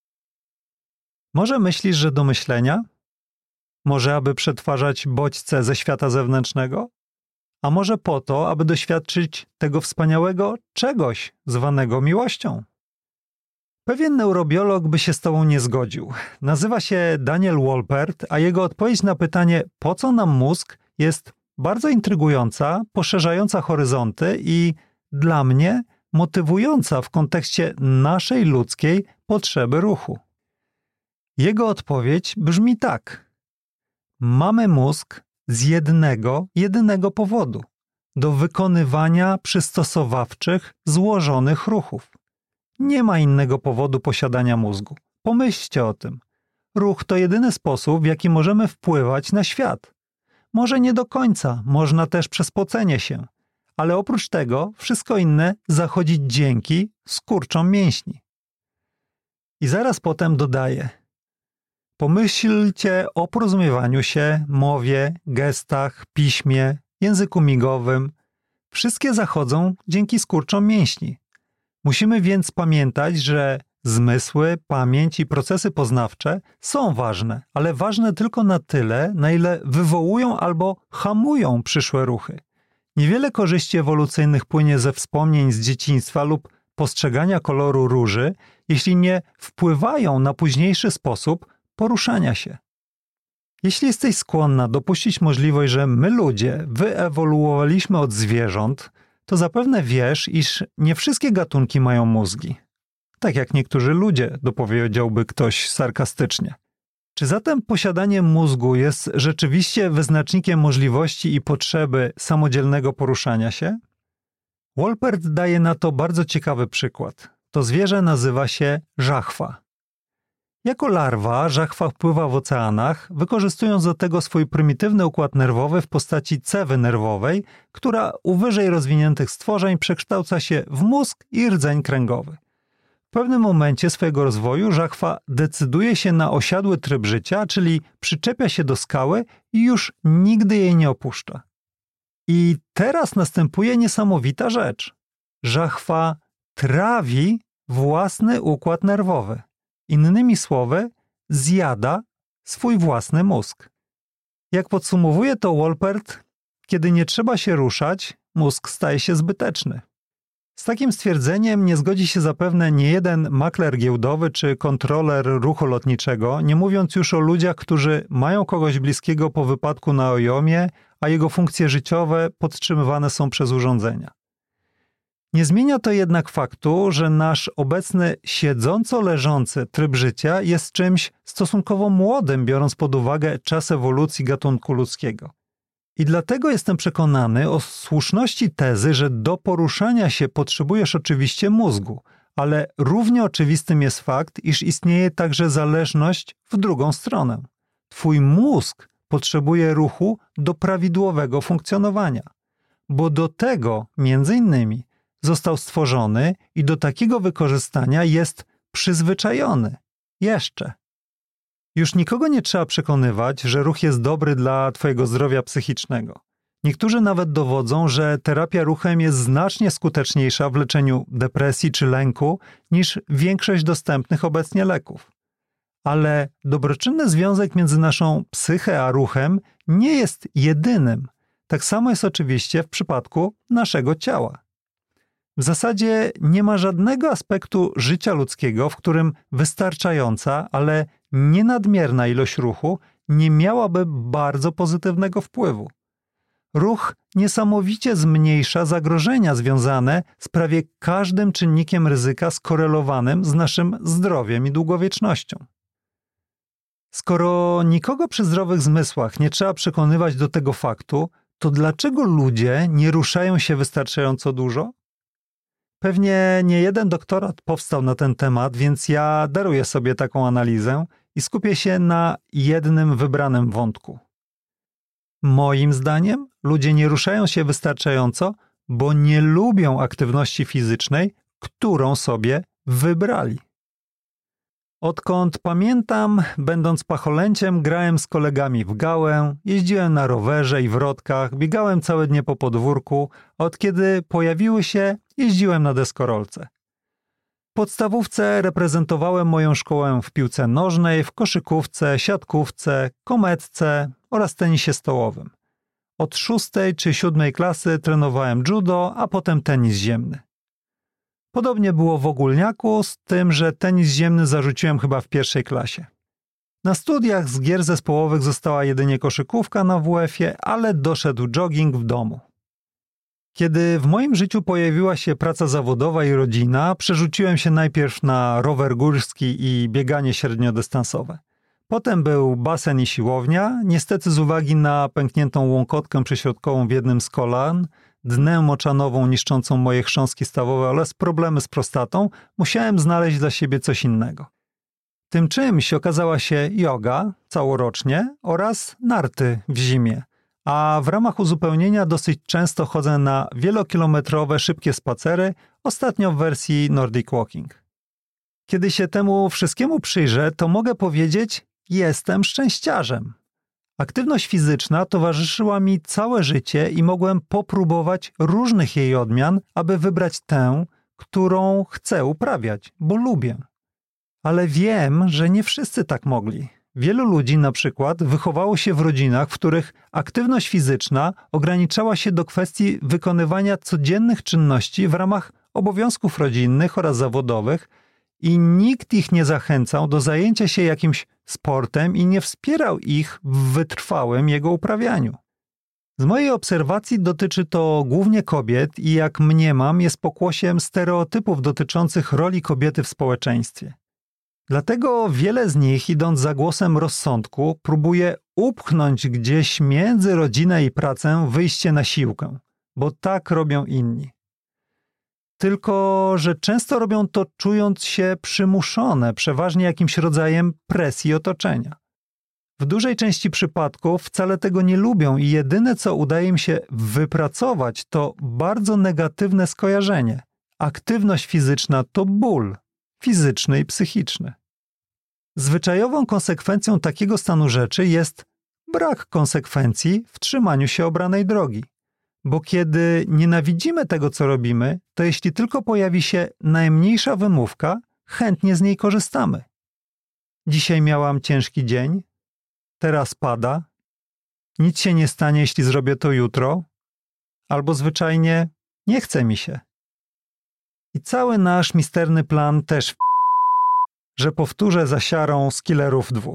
Może myślisz, że do myślenia? Może aby przetwarzać bodźce ze świata zewnętrznego? A może po to, aby doświadczyć tego wspaniałego czegoś zwanego miłością? Pewien neurobiolog by się z tobą nie zgodził. Nazywa się Daniel Wolpert, a jego odpowiedź na pytanie, po co nam mózg, jest bardzo intrygująca, poszerzająca horyzonty i dla mnie motywująca w kontekście naszej ludzkiej potrzeby ruchu. Jego odpowiedź brzmi tak. Mamy mózg z jedynego powodu – do wykonywania przystosowawczych, złożonych ruchów. Nie ma innego powodu posiadania mózgu. Pomyślcie o tym. Ruch to jedyny sposób, w jaki możemy wpływać na świat. Może nie do końca, można też przez pocenie się, ale oprócz tego wszystko inne zachodzi dzięki skurczom mięśni. I zaraz potem dodaje. Pomyślcie o porozumiewaniu się, mowie, gestach, piśmie, języku migowym. Wszystkie zachodzą dzięki skurczom mięśni. Musimy więc pamiętać, że zmysły, pamięć i procesy poznawcze są ważne, ale ważne tylko na tyle, na ile wywołują albo hamują przyszłe ruchy. Niewiele korzyści ewolucyjnych płynie ze wspomnień z dzieciństwa lub postrzegania koloru róży, jeśli nie wpływają na późniejszy sposób poruszania się. Jeśli jesteś skłonna dopuścić możliwość, że my ludzie wyewoluowaliśmy od zwierząt, to zapewne wiesz, iż nie wszystkie gatunki mają mózgi. Tak jak niektórzy ludzie, dopowiedziałby ktoś sarkastycznie. Czy zatem posiadanie mózgu jest rzeczywiście wyznacznikiem możliwości i potrzeby samodzielnego poruszania się? Wolpert daje na to bardzo ciekawy przykład. To zwierzę nazywa się żachwa. Jako larwa żachwa pływa w oceanach, wykorzystując do tego swój prymitywny układ nerwowy w postaci cewy nerwowej, która u wyżej rozwiniętych stworzeń przekształca się w mózg i rdzeń kręgowy. W pewnym momencie swojego rozwoju żachwa decyduje się na osiadły tryb życia, czyli przyczepia się do skały i już nigdy jej nie opuszcza. I teraz następuje niesamowita rzecz. Żachwa trawi własny układ nerwowy. Innymi słowy, zjada swój własny mózg. Jak podsumowuje to Wolpert, kiedy nie trzeba się ruszać, mózg staje się zbyteczny. Z takim stwierdzeniem nie zgodzi się zapewne niejeden makler giełdowy czy kontroler ruchu lotniczego, nie mówiąc już o ludziach, którzy mają kogoś bliskiego po wypadku na ojomie, a jego funkcje życiowe podtrzymywane są przez urządzenia. Nie zmienia to jednak faktu, że nasz obecny siedząco-leżący tryb życia jest czymś stosunkowo młodym, biorąc pod uwagę czas ewolucji gatunku ludzkiego. I dlatego jestem przekonany o słuszności tezy, że do poruszania się potrzebujesz oczywiście mózgu, ale równie oczywistym jest fakt, iż istnieje także zależność w drugą stronę. Twój mózg potrzebuje ruchu do prawidłowego funkcjonowania, bo do tego, między innymi, został stworzony i do takiego wykorzystania jest przyzwyczajony. Jeszcze. Już nikogo nie trzeba przekonywać, że ruch jest dobry dla twojego zdrowia psychicznego. Niektórzy nawet dowodzą, że terapia ruchem jest znacznie skuteczniejsza w leczeniu depresji czy lęku niż większość dostępnych obecnie leków. Ale dobroczynny związek między naszą psychę a ruchem nie jest jedynym. Tak samo jest oczywiście w przypadku naszego ciała. W zasadzie nie ma żadnego aspektu życia ludzkiego, w którym wystarczająca, ale nie nadmierna ilość ruchu nie miałaby bardzo pozytywnego wpływu. Ruch niesamowicie zmniejsza zagrożenia związane z prawie każdym czynnikiem ryzyka skorelowanym z naszym zdrowiem i długowiecznością. Skoro nikogo przy zdrowych zmysłach nie trzeba przekonywać do tego faktu, to dlaczego ludzie nie ruszają się wystarczająco dużo? Pewnie nie jeden doktorat powstał na ten temat, więc ja daruję sobie taką analizę i skupię się na jednym wybranym wątku. Moim zdaniem ludzie nie ruszają się wystarczająco, bo nie lubią aktywności fizycznej, którą sobie wybrali. Odkąd pamiętam, będąc pacholęciem, grałem z kolegami w gałę, jeździłem na rowerze i wrotkach, biegałem całe dnie po podwórku, a od kiedy pojawiły się, jeździłem na deskorolce. W podstawówce reprezentowałem moją szkołę w piłce nożnej, w koszykówce, siatkówce, kometce oraz tenisie stołowym. Od 6. czy 7. klasy trenowałem judo, a potem tenis ziemny. Podobnie było w ogólniaku, z tym, że tenis ziemny zarzuciłem chyba w 1. klasie. Na studiach z gier zespołowych została jedynie koszykówka na WF-ie, ale doszedł jogging w domu. Kiedy w moim życiu pojawiła się praca zawodowa i rodzina, przerzuciłem się najpierw na rower górski i bieganie średniodystansowe. Potem był basen i siłownia, niestety z uwagi na pękniętą łąkotkę przyśrodkową w jednym z kolan, dnę moczanową niszczącą moje chrząstki stawowe oraz problemy z prostatą, musiałem znaleźć dla siebie coś innego. Tym czymś okazała się joga całorocznie oraz narty w zimie, a w ramach uzupełnienia dosyć często chodzę na wielokilometrowe, szybkie spacery, ostatnio w wersji Nordic Walking. Kiedy się temu wszystkiemu przyjrzę, to mogę powiedzieć, jestem szczęściarzem. Aktywność fizyczna towarzyszyła mi całe życie i mogłem popróbować różnych jej odmian, aby wybrać tę, którą chcę uprawiać, bo lubię. Ale wiem, że nie wszyscy tak mogli. Wielu ludzi na przykład wychowało się w rodzinach, w których aktywność fizyczna ograniczała się do kwestii wykonywania codziennych czynności w ramach obowiązków rodzinnych oraz zawodowych i nikt ich nie zachęcał do zajęcia się jakimś sportem i nie wspierał ich w wytrwałym jego uprawianiu. Z mojej obserwacji dotyczy to głównie kobiet i jak mniemam jest pokłosiem stereotypów dotyczących roli kobiety w społeczeństwie. Dlatego wiele z nich, idąc za głosem rozsądku, próbuje upchnąć gdzieś między rodzinę i pracę wyjście na siłkę, bo tak robią inni. Tylko że często robią to czując się przymuszone, przeważnie jakimś rodzajem presji otoczenia. W dużej części przypadków wcale tego nie lubią i jedyne, co udaje im się wypracować, to bardzo negatywne skojarzenie. Aktywność fizyczna to ból, fizyczny i psychiczny. Zwyczajową konsekwencją takiego stanu rzeczy jest brak konsekwencji w trzymaniu się obranej drogi. Bo kiedy nienawidzimy tego, co robimy, to jeśli tylko pojawi się najmniejsza wymówka, chętnie z niej korzystamy. Dzisiaj miałam ciężki dzień, teraz pada, nic się nie stanie, jeśli zrobię to jutro, albo zwyczajnie nie chce mi się. I cały nasz misterny plan też że powtórzę za siarą z killerów 2.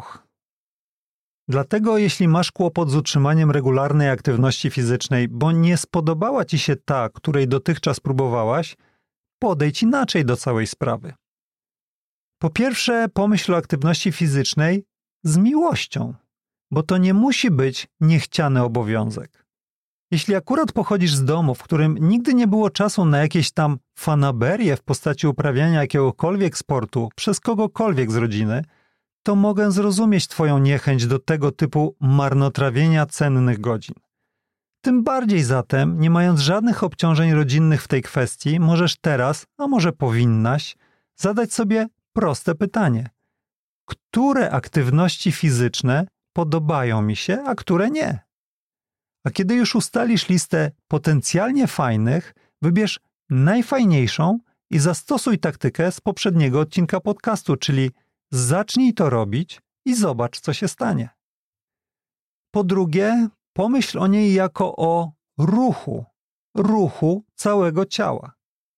Dlatego jeśli masz kłopot z utrzymaniem regularnej aktywności fizycznej, bo nie spodobała ci się ta, której dotychczas próbowałaś, podejdź inaczej do całej sprawy. Po pierwsze, pomyśl o aktywności fizycznej z miłością, bo to nie musi być niechciany obowiązek. Jeśli akurat pochodzisz z domu, w którym nigdy nie było czasu na jakieś tam fanaberie w postaci uprawiania jakiegokolwiek sportu przez kogokolwiek z rodziny, to mogę zrozumieć twoją niechęć do tego typu marnotrawienia cennych godzin. Tym bardziej zatem, nie mając żadnych obciążeń rodzinnych w tej kwestii, możesz teraz, a może powinnaś, zadać sobie proste pytanie. Które aktywności fizyczne podobają mi się, a które nie? A kiedy już ustalisz listę potencjalnie fajnych, wybierz najfajniejszą i zastosuj taktykę z poprzedniego odcinka podcastu, czyli zacznij to robić i zobacz, co się stanie. Po drugie, pomyśl o niej jako o ruchu całego ciała.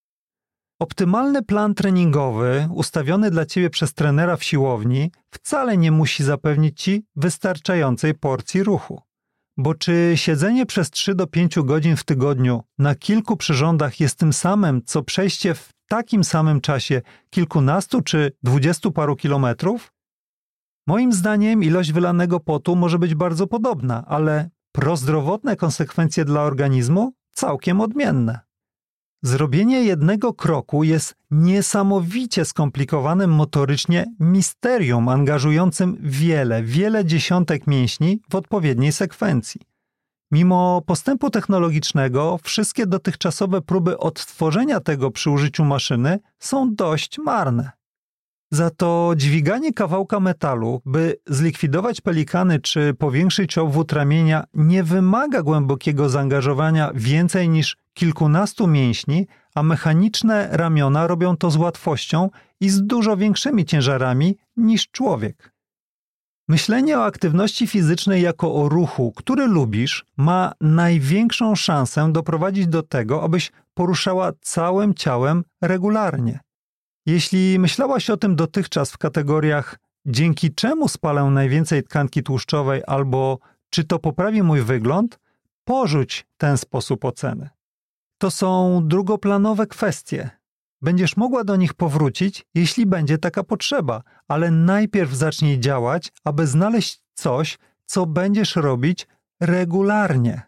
Optymalny plan treningowy ustawiony dla ciebie przez trenera w siłowni wcale nie musi zapewnić ci wystarczającej porcji ruchu. Bo czy siedzenie przez 3 do 5 godzin w tygodniu na kilku przyrządach jest tym samym, co przejście w takim samym czasie kilkunastu czy 20 paru kilometrów? Moim zdaniem ilość wylanego potu może być bardzo podobna, ale prozdrowotne konsekwencje dla organizmu całkiem odmienne. Zrobienie jednego kroku jest niesamowicie skomplikowanym motorycznie misterium angażującym wiele dziesiątek mięśni w odpowiedniej sekwencji. Mimo postępu technologicznego, wszystkie dotychczasowe próby odtworzenia tego przy użyciu maszyny są dość marne. Za to dźwiganie kawałka metalu, by zlikwidować pelikany czy powiększyć obwód ramienia, nie wymaga głębokiego zaangażowania więcej niż kilkunastu mięśni, a mechaniczne ramiona robią to z łatwością i z dużo większymi ciężarami niż człowiek. Myślenie o aktywności fizycznej jako o ruchu, który lubisz, ma największą szansę doprowadzić do tego, abyś poruszała całym ciałem regularnie. Jeśli myślałaś o tym dotychczas w kategoriach dzięki czemu spalę najwięcej tkanki tłuszczowej albo czy to poprawi mój wygląd, porzuć ten sposób oceny. To są drugoplanowe kwestie. Będziesz mogła do nich powrócić, jeśli będzie taka potrzeba, ale najpierw zacznij działać, aby znaleźć coś, co będziesz robić regularnie.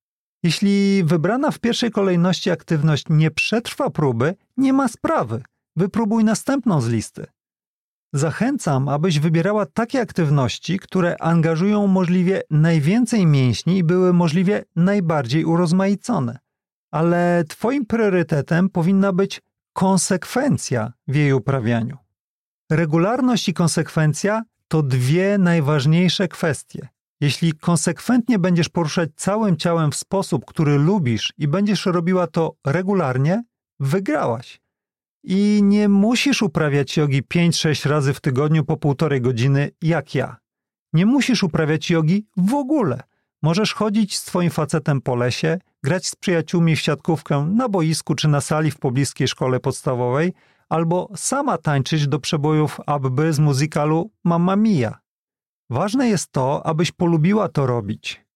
Jeśli wybrana w pierwszej kolejności aktywność nie przetrwa próby, nie ma sprawy. Wypróbuj następną z listy. Zachęcam, abyś wybierała takie aktywności, które angażują możliwie najwięcej mięśni i były możliwie najbardziej urozmaicone. Ale twoim priorytetem powinna być konsekwencja w jej uprawianiu. Regularność i konsekwencja to dwie najważniejsze kwestie. Jeśli konsekwentnie będziesz poruszać całym ciałem w sposób, który lubisz i będziesz robiła to regularnie, wygrałaś. I nie musisz uprawiać jogi 5-6 razy w tygodniu po 1,5 godziny jak ja. Nie musisz uprawiać jogi w ogóle. Możesz chodzić z twoim facetem po lesie, grać z przyjaciółmi w siatkówkę na boisku czy na sali w pobliskiej szkole podstawowej, albo sama tańczyć do przebojów ABBY z musicalu Mamma Mia. Ważne jest to, abyś polubiła to robić,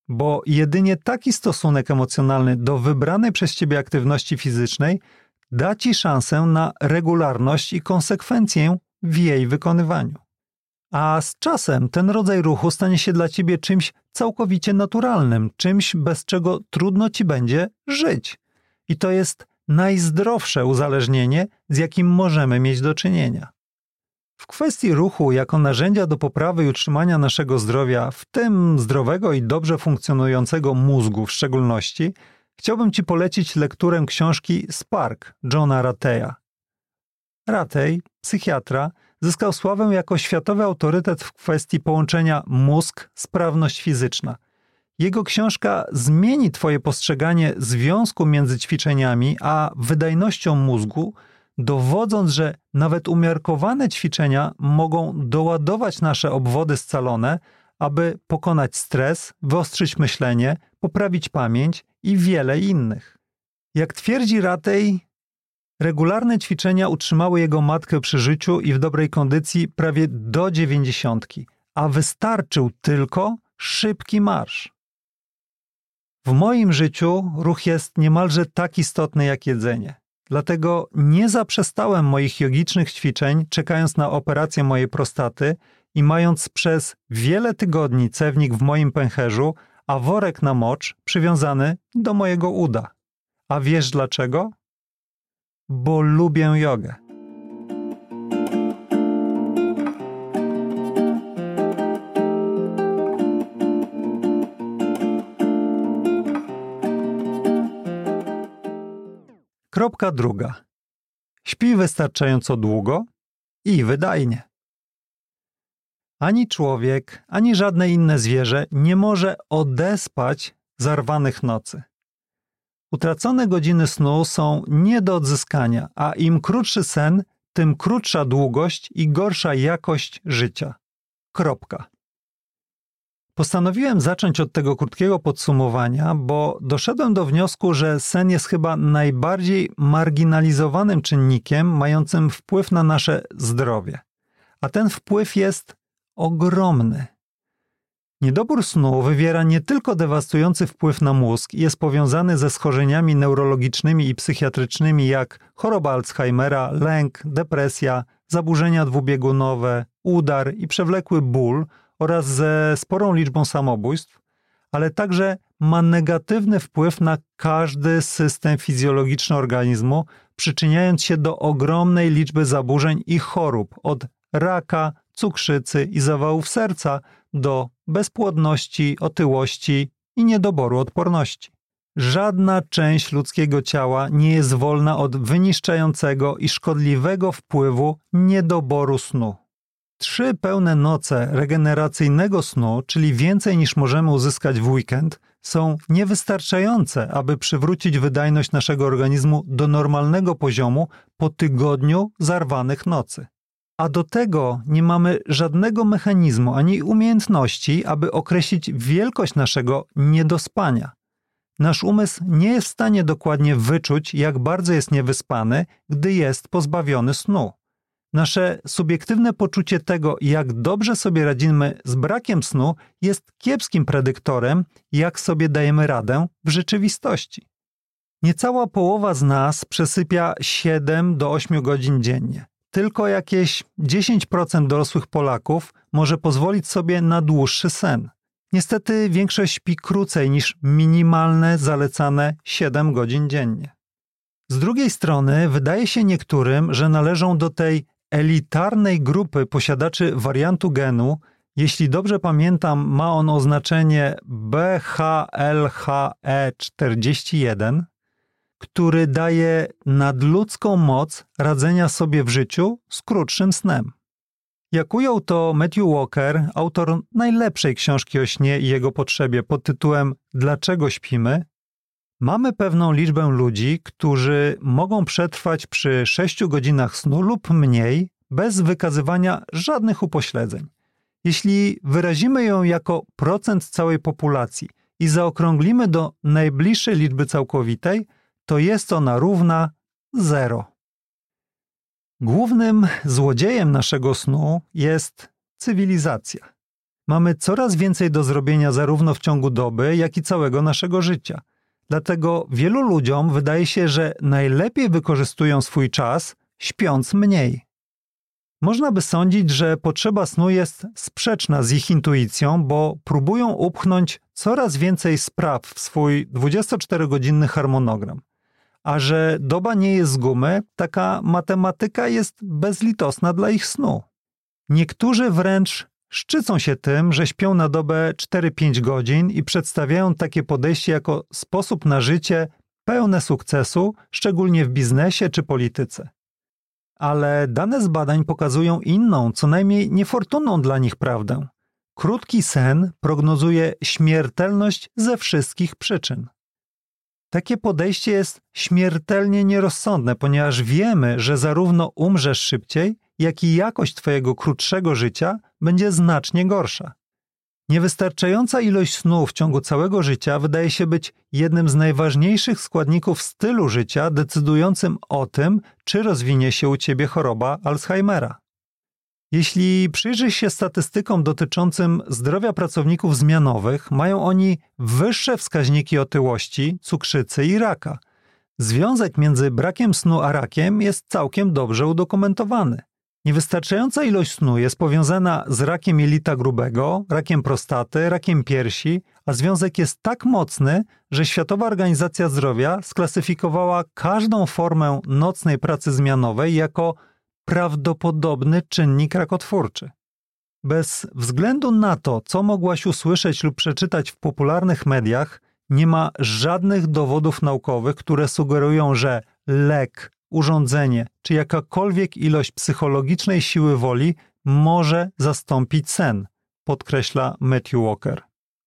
bo jedynie taki stosunek emocjonalny do wybranej przez ciebie aktywności fizycznej da ci szansę na regularność i konsekwencję w jej wykonywaniu. A z czasem ten rodzaj ruchu stanie się dla ciebie czymś całkowicie naturalnym, czymś, bez czego trudno ci będzie żyć. I to jest najzdrowsze uzależnienie, z jakim możemy mieć do czynienia. W kwestii ruchu jako narzędzia do poprawy i utrzymania naszego zdrowia, w tym zdrowego i dobrze funkcjonującego mózgu w szczególności, chciałbym ci polecić lekturę książki Spark Johna Rateya. Ratey, psychiatra, zyskał sławę jako światowy autorytet w kwestii połączenia mózg-sprawność fizyczna. Jego książka zmieni twoje postrzeganie związku między ćwiczeniami a wydajnością mózgu, dowodząc, że nawet umiarkowane ćwiczenia mogą doładować nasze obwody scalone, aby pokonać stres, wyostrzyć myślenie, poprawić pamięć i wiele innych. Jak twierdzi Ratey, regularne ćwiczenia utrzymały jego matkę przy życiu i w dobrej kondycji prawie do 90, a wystarczył tylko szybki marsz. W moim życiu ruch jest niemalże tak istotny jak jedzenie. Dlatego nie zaprzestałem moich jogicznych ćwiczeń, czekając na operację mojej prostaty i mając przez wiele tygodni cewnik w moim pęcherzu, a worek na mocz przywiązany do mojego uda. A wiesz dlaczego? Bo lubię jogę. Kropka druga. Śpi wystarczająco długo i wydajnie. Ani człowiek, ani żadne inne zwierzę nie może odespać zarwanych nocy. Utracone godziny snu są nie do odzyskania, a im krótszy sen, tym krótsza długość i gorsza jakość życia. Kropka. Postanowiłem zacząć od tego krótkiego podsumowania, bo doszedłem do wniosku, że sen jest chyba najbardziej marginalizowanym czynnikiem mającym wpływ na nasze zdrowie. A ten wpływ jest ogromny. Niedobór snu wywiera nie tylko dewastujący wpływ na mózg i jest powiązany ze schorzeniami neurologicznymi i psychiatrycznymi jak choroba Alzheimera, lęk, depresja, zaburzenia dwubiegunowe, udar i przewlekły ból oraz ze sporą liczbą samobójstw, ale także ma negatywny wpływ na każdy system fizjologiczny organizmu, przyczyniając się do ogromnej liczby zaburzeń i chorób, od raka, cukrzycy i zawałów serca do bezpłodności, otyłości i niedoboru odporności. Żadna część ludzkiego ciała nie jest wolna od wyniszczającego i szkodliwego wpływu niedoboru snu. 3 pełne noce regeneracyjnego snu, czyli więcej niż możemy uzyskać w weekend, są niewystarczające, aby przywrócić wydajność naszego organizmu do normalnego poziomu po tygodniu zarwanych nocy. A do tego nie mamy żadnego mechanizmu ani umiejętności, aby określić wielkość naszego niedospania. Nasz umysł nie jest w stanie dokładnie wyczuć, jak bardzo jest niewyspany, gdy jest pozbawiony snu. Nasze subiektywne poczucie tego, jak dobrze sobie radzimy z brakiem snu, jest kiepskim predyktorem, jak sobie dajemy radę w rzeczywistości. Niecała połowa z nas przesypia 7 do 8 godzin dziennie. Tylko jakieś 10% dorosłych Polaków może pozwolić sobie na dłuższy sen. Niestety większość śpi krócej niż minimalne zalecane 7 godzin dziennie. Z drugiej strony wydaje się niektórym, że należą do tej elitarnej grupy posiadaczy wariantu genu, jeśli dobrze pamiętam, ma on oznaczenie BHLHE41, który daje nadludzką moc radzenia sobie w życiu z krótszym snem. Jak ujął to Matthew Walker, autor najlepszej książki o śnie i jego potrzebie pod tytułem Dlaczego śpimy? Mamy pewną liczbę ludzi, którzy mogą przetrwać przy 6 godzinach snu lub mniej, bez wykazywania żadnych upośledzeń. Jeśli wyrazimy ją jako procent całej populacji i zaokrąglimy do najbliższej liczby całkowitej, to jest ona równa 0. Głównym złodziejem naszego snu jest cywilizacja. Mamy coraz więcej do zrobienia zarówno w ciągu doby, jak i całego naszego życia. Dlatego wielu ludziom wydaje się, że najlepiej wykorzystują swój czas, śpiąc mniej. Można by sądzić, że potrzeba snu jest sprzeczna z ich intuicją, bo próbują upchnąć coraz więcej spraw w swój 24-godzinny harmonogram. A że doba nie jest z gumy, taka matematyka jest bezlitosna dla ich snu. Niektórzy wręcz szczycą się tym, że śpią na dobę 4-5 godzin i przedstawiają takie podejście jako sposób na życie pełne sukcesu, szczególnie w biznesie czy polityce. Ale dane z badań pokazują inną, co najmniej niefortunną dla nich prawdę. Krótki sen prognozuje śmiertelność ze wszystkich przyczyn. Takie podejście jest śmiertelnie nierozsądne, ponieważ wiemy, że zarówno umrzesz szybciej, jak i jakość twojego krótszego życia będzie znacznie gorsza. Niewystarczająca ilość snu w ciągu całego życia wydaje się być jednym z najważniejszych składników stylu życia decydującym o tym, czy rozwinie się u ciebie choroba Alzheimera. Jeśli przyjrzysz się statystykom dotyczącym zdrowia pracowników zmianowych, mają oni wyższe wskaźniki otyłości, cukrzycy i raka. Związek między brakiem snu a rakiem jest całkiem dobrze udokumentowany. Niewystarczająca ilość snu jest powiązana z rakiem jelita grubego, rakiem prostaty, rakiem piersi, a związek jest tak mocny, że Światowa Organizacja Zdrowia sklasyfikowała każdą formę nocnej pracy zmianowej jako prawdopodobny czynnik rakotwórczy. Bez względu na to, co mogłaś usłyszeć lub przeczytać w popularnych mediach, nie ma żadnych dowodów naukowych, które sugerują, że lek, urządzenie czy jakakolwiek ilość psychologicznej siły woli może zastąpić sen, podkreśla Matthew Walker.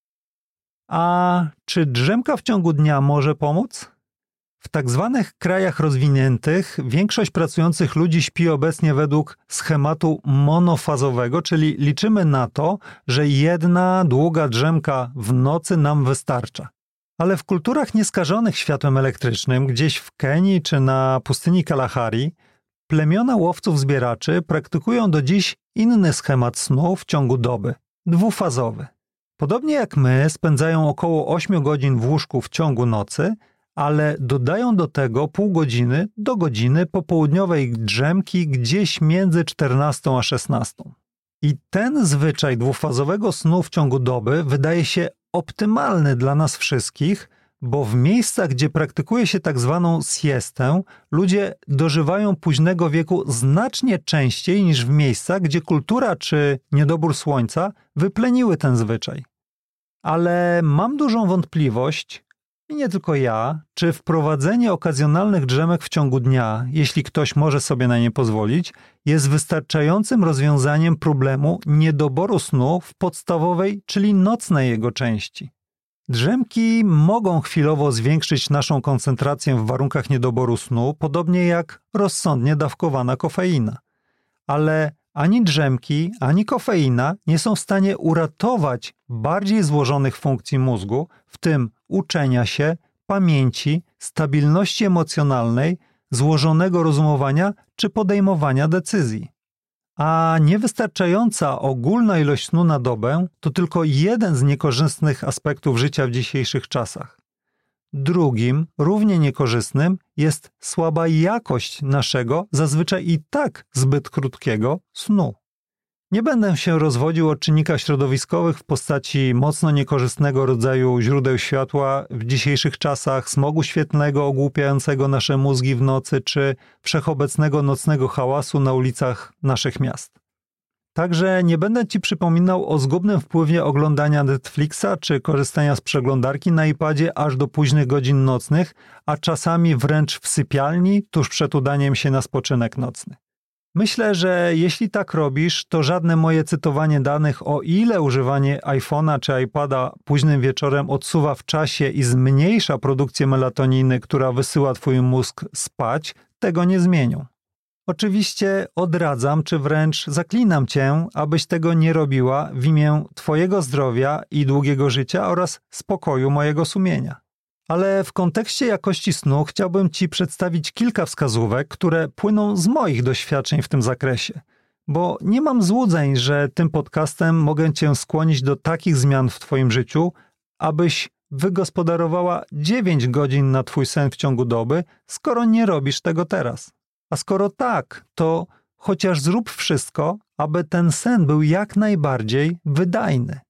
A czy drzemka w ciągu dnia może pomóc? W tak zwanych krajach rozwiniętych większość pracujących ludzi śpi obecnie według schematu monofazowego, czyli liczymy na to, że jedna długa drzemka w nocy nam wystarcza. Ale w kulturach nieskażonych światłem elektrycznym, gdzieś w Kenii czy na pustyni Kalahari, plemiona łowców-zbieraczy praktykują do dziś inny schemat snu w ciągu doby, dwufazowy. Podobnie jak my spędzają około 8 godzin w łóżku w ciągu nocy, ale dodają do tego pół godziny do godziny popołudniowej drzemki gdzieś między 14 a 16. I ten zwyczaj dwufazowego snu w ciągu doby wydaje się optymalny dla nas wszystkich, bo w miejscach, gdzie praktykuje się tak zwaną siestę, ludzie dożywają późnego wieku znacznie częściej niż w miejscach, gdzie kultura czy niedobór słońca wypleniły ten zwyczaj. Ale mam dużą wątpliwość, i nie tylko ja, czy wprowadzenie okazjonalnych drzemek w ciągu dnia, jeśli ktoś może sobie na nie pozwolić, jest wystarczającym rozwiązaniem problemu niedoboru snu w podstawowej, czyli nocnej jego części. Drzemki mogą chwilowo zwiększyć naszą koncentrację w warunkach niedoboru snu, podobnie jak rozsądnie dawkowana kofeina. Ale ani drzemki, ani kofeina nie są w stanie uratować bardziej złożonych funkcji mózgu, w tym uczenia się, pamięci, stabilności emocjonalnej, złożonego rozumowania czy podejmowania decyzji. A niewystarczająca ogólna ilość snu na dobę to tylko jeden z niekorzystnych aspektów życia w dzisiejszych czasach. Drugim, równie niekorzystnym, jest słaba jakość naszego, zazwyczaj i tak zbyt krótkiego, snu. Nie będę się rozwodził o czynnikach środowiskowych w postaci mocno niekorzystnego rodzaju źródeł światła w dzisiejszych czasach, smogu świetlnego ogłupiającego nasze mózgi w nocy, czy wszechobecnego nocnego hałasu na ulicach naszych miast. Także nie będę Ci przypominał o zgubnym wpływie oglądania Netflixa czy korzystania z przeglądarki na iPadzie aż do późnych godzin nocnych, a czasami wręcz w sypialni tuż przed udaniem się na spoczynek nocny. Myślę, że jeśli tak robisz, to żadne moje cytowanie danych, o ile używanie iPhone'a czy iPada późnym wieczorem odsuwa w czasie i zmniejsza produkcję melatoniny, która wysyła Twój mózg spać, tego nie zmienią. Oczywiście odradzam, czy wręcz zaklinam Cię, abyś tego nie robiła w imię Twojego zdrowia i długiego życia oraz spokoju mojego sumienia. Ale w kontekście jakości snu chciałbym Ci przedstawić kilka wskazówek, które płyną z moich doświadczeń w tym zakresie. bo nie mam złudzeń, że tym podcastem mogę Cię skłonić do takich zmian w Twoim życiu, abyś wygospodarowała 9 godzin na Twój sen w ciągu doby, skoro nie robisz tego teraz. A skoro tak, to chociaż zrób wszystko, aby ten sen był jak najbardziej wydajny.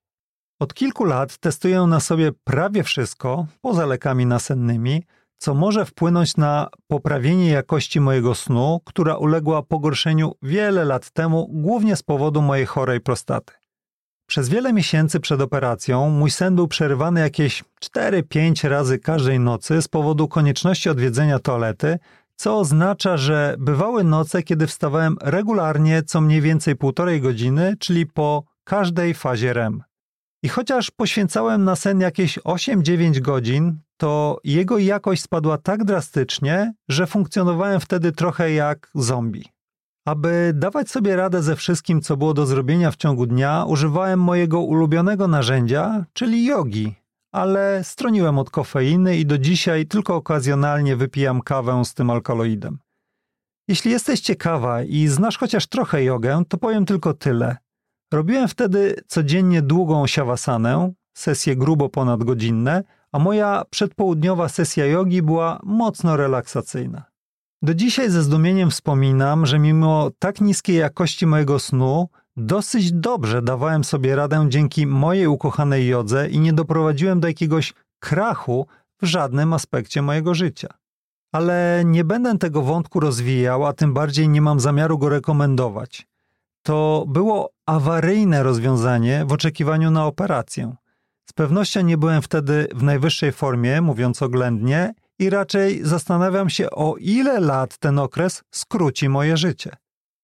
Od kilku lat testuję na sobie prawie wszystko, poza lekami nasennymi, co może wpłynąć na poprawienie jakości mojego snu, która uległa pogorszeniu wiele lat temu, głównie z powodu mojej chorej prostaty. Przez wiele miesięcy przed operacją mój sen był przerywany jakieś 4-5 razy każdej nocy z powodu konieczności odwiedzenia toalety, co oznacza, że bywały noce, kiedy wstawałem regularnie co mniej więcej 1,5 godziny, czyli po każdej fazie REM. I chociaż poświęcałem na sen jakieś 8-9 godzin, to jego jakość spadła tak drastycznie, że funkcjonowałem wtedy trochę jak zombie. Aby dawać sobie radę ze wszystkim, co było do zrobienia w ciągu dnia, używałem mojego ulubionego narzędzia, czyli jogi, ale stroniłem od kofeiny i do dzisiaj tylko okazjonalnie wypijam kawę z tym alkaloidem. Jeśli jesteś ciekawa i znasz chociaż trochę jogę, to powiem tylko tyle. Robiłem wtedy codziennie długą siavasanę, sesje grubo ponadgodzinne, a moja przedpołudniowa sesja jogi była mocno relaksacyjna. Do dzisiaj ze zdumieniem wspominam, że mimo tak niskiej jakości mojego snu dosyć dobrze dawałem sobie radę dzięki mojej ukochanej jodze i nie doprowadziłem do jakiegoś krachu w żadnym aspekcie mojego życia. Ale nie będę tego wątku rozwijał, a tym bardziej nie mam zamiaru go rekomendować. To było awaryjne rozwiązanie w oczekiwaniu na operację. Z pewnością nie byłem wtedy w najwyższej formie, mówiąc oględnie, i raczej zastanawiam się, o ile lat ten okres skróci moje życie.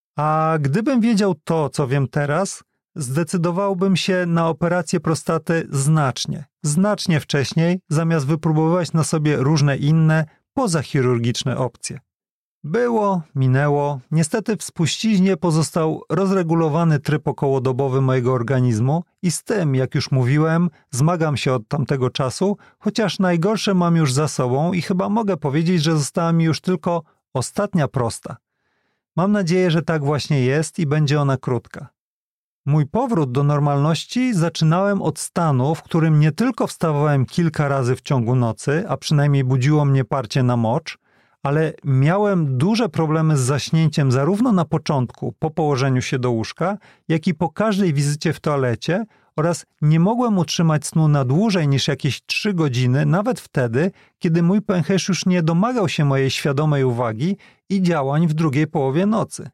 A gdybym wiedział to, co wiem teraz, zdecydowałbym się na operację prostaty znacznie wcześniej, zamiast wypróbować na sobie różne inne, pozachirurgiczne opcje. Było, minęło. Niestety w spuściźnie pozostał rozregulowany tryb okołodobowy mojego organizmu i z tym, jak już mówiłem, zmagam się od tamtego czasu, chociaż najgorsze mam już za sobą i chyba mogę powiedzieć, że została mi już tylko ostatnia prosta. Mam nadzieję, że tak właśnie jest i będzie ona krótka. Mój powrót do normalności zaczynałem od stanu, w którym nie tylko wstawałem kilka razy w ciągu nocy, a przynajmniej budziło mnie parcie na mocz, ale miałem duże problemy z zaśnięciem zarówno na początku, po położeniu się do łóżka, jak i po każdej wizycie w toalecie oraz nie mogłem utrzymać snu na dłużej niż jakieś 3 godziny, nawet wtedy, kiedy mój pęcherz już nie domagał się mojej świadomej uwagi i działań w drugiej połowie nocy.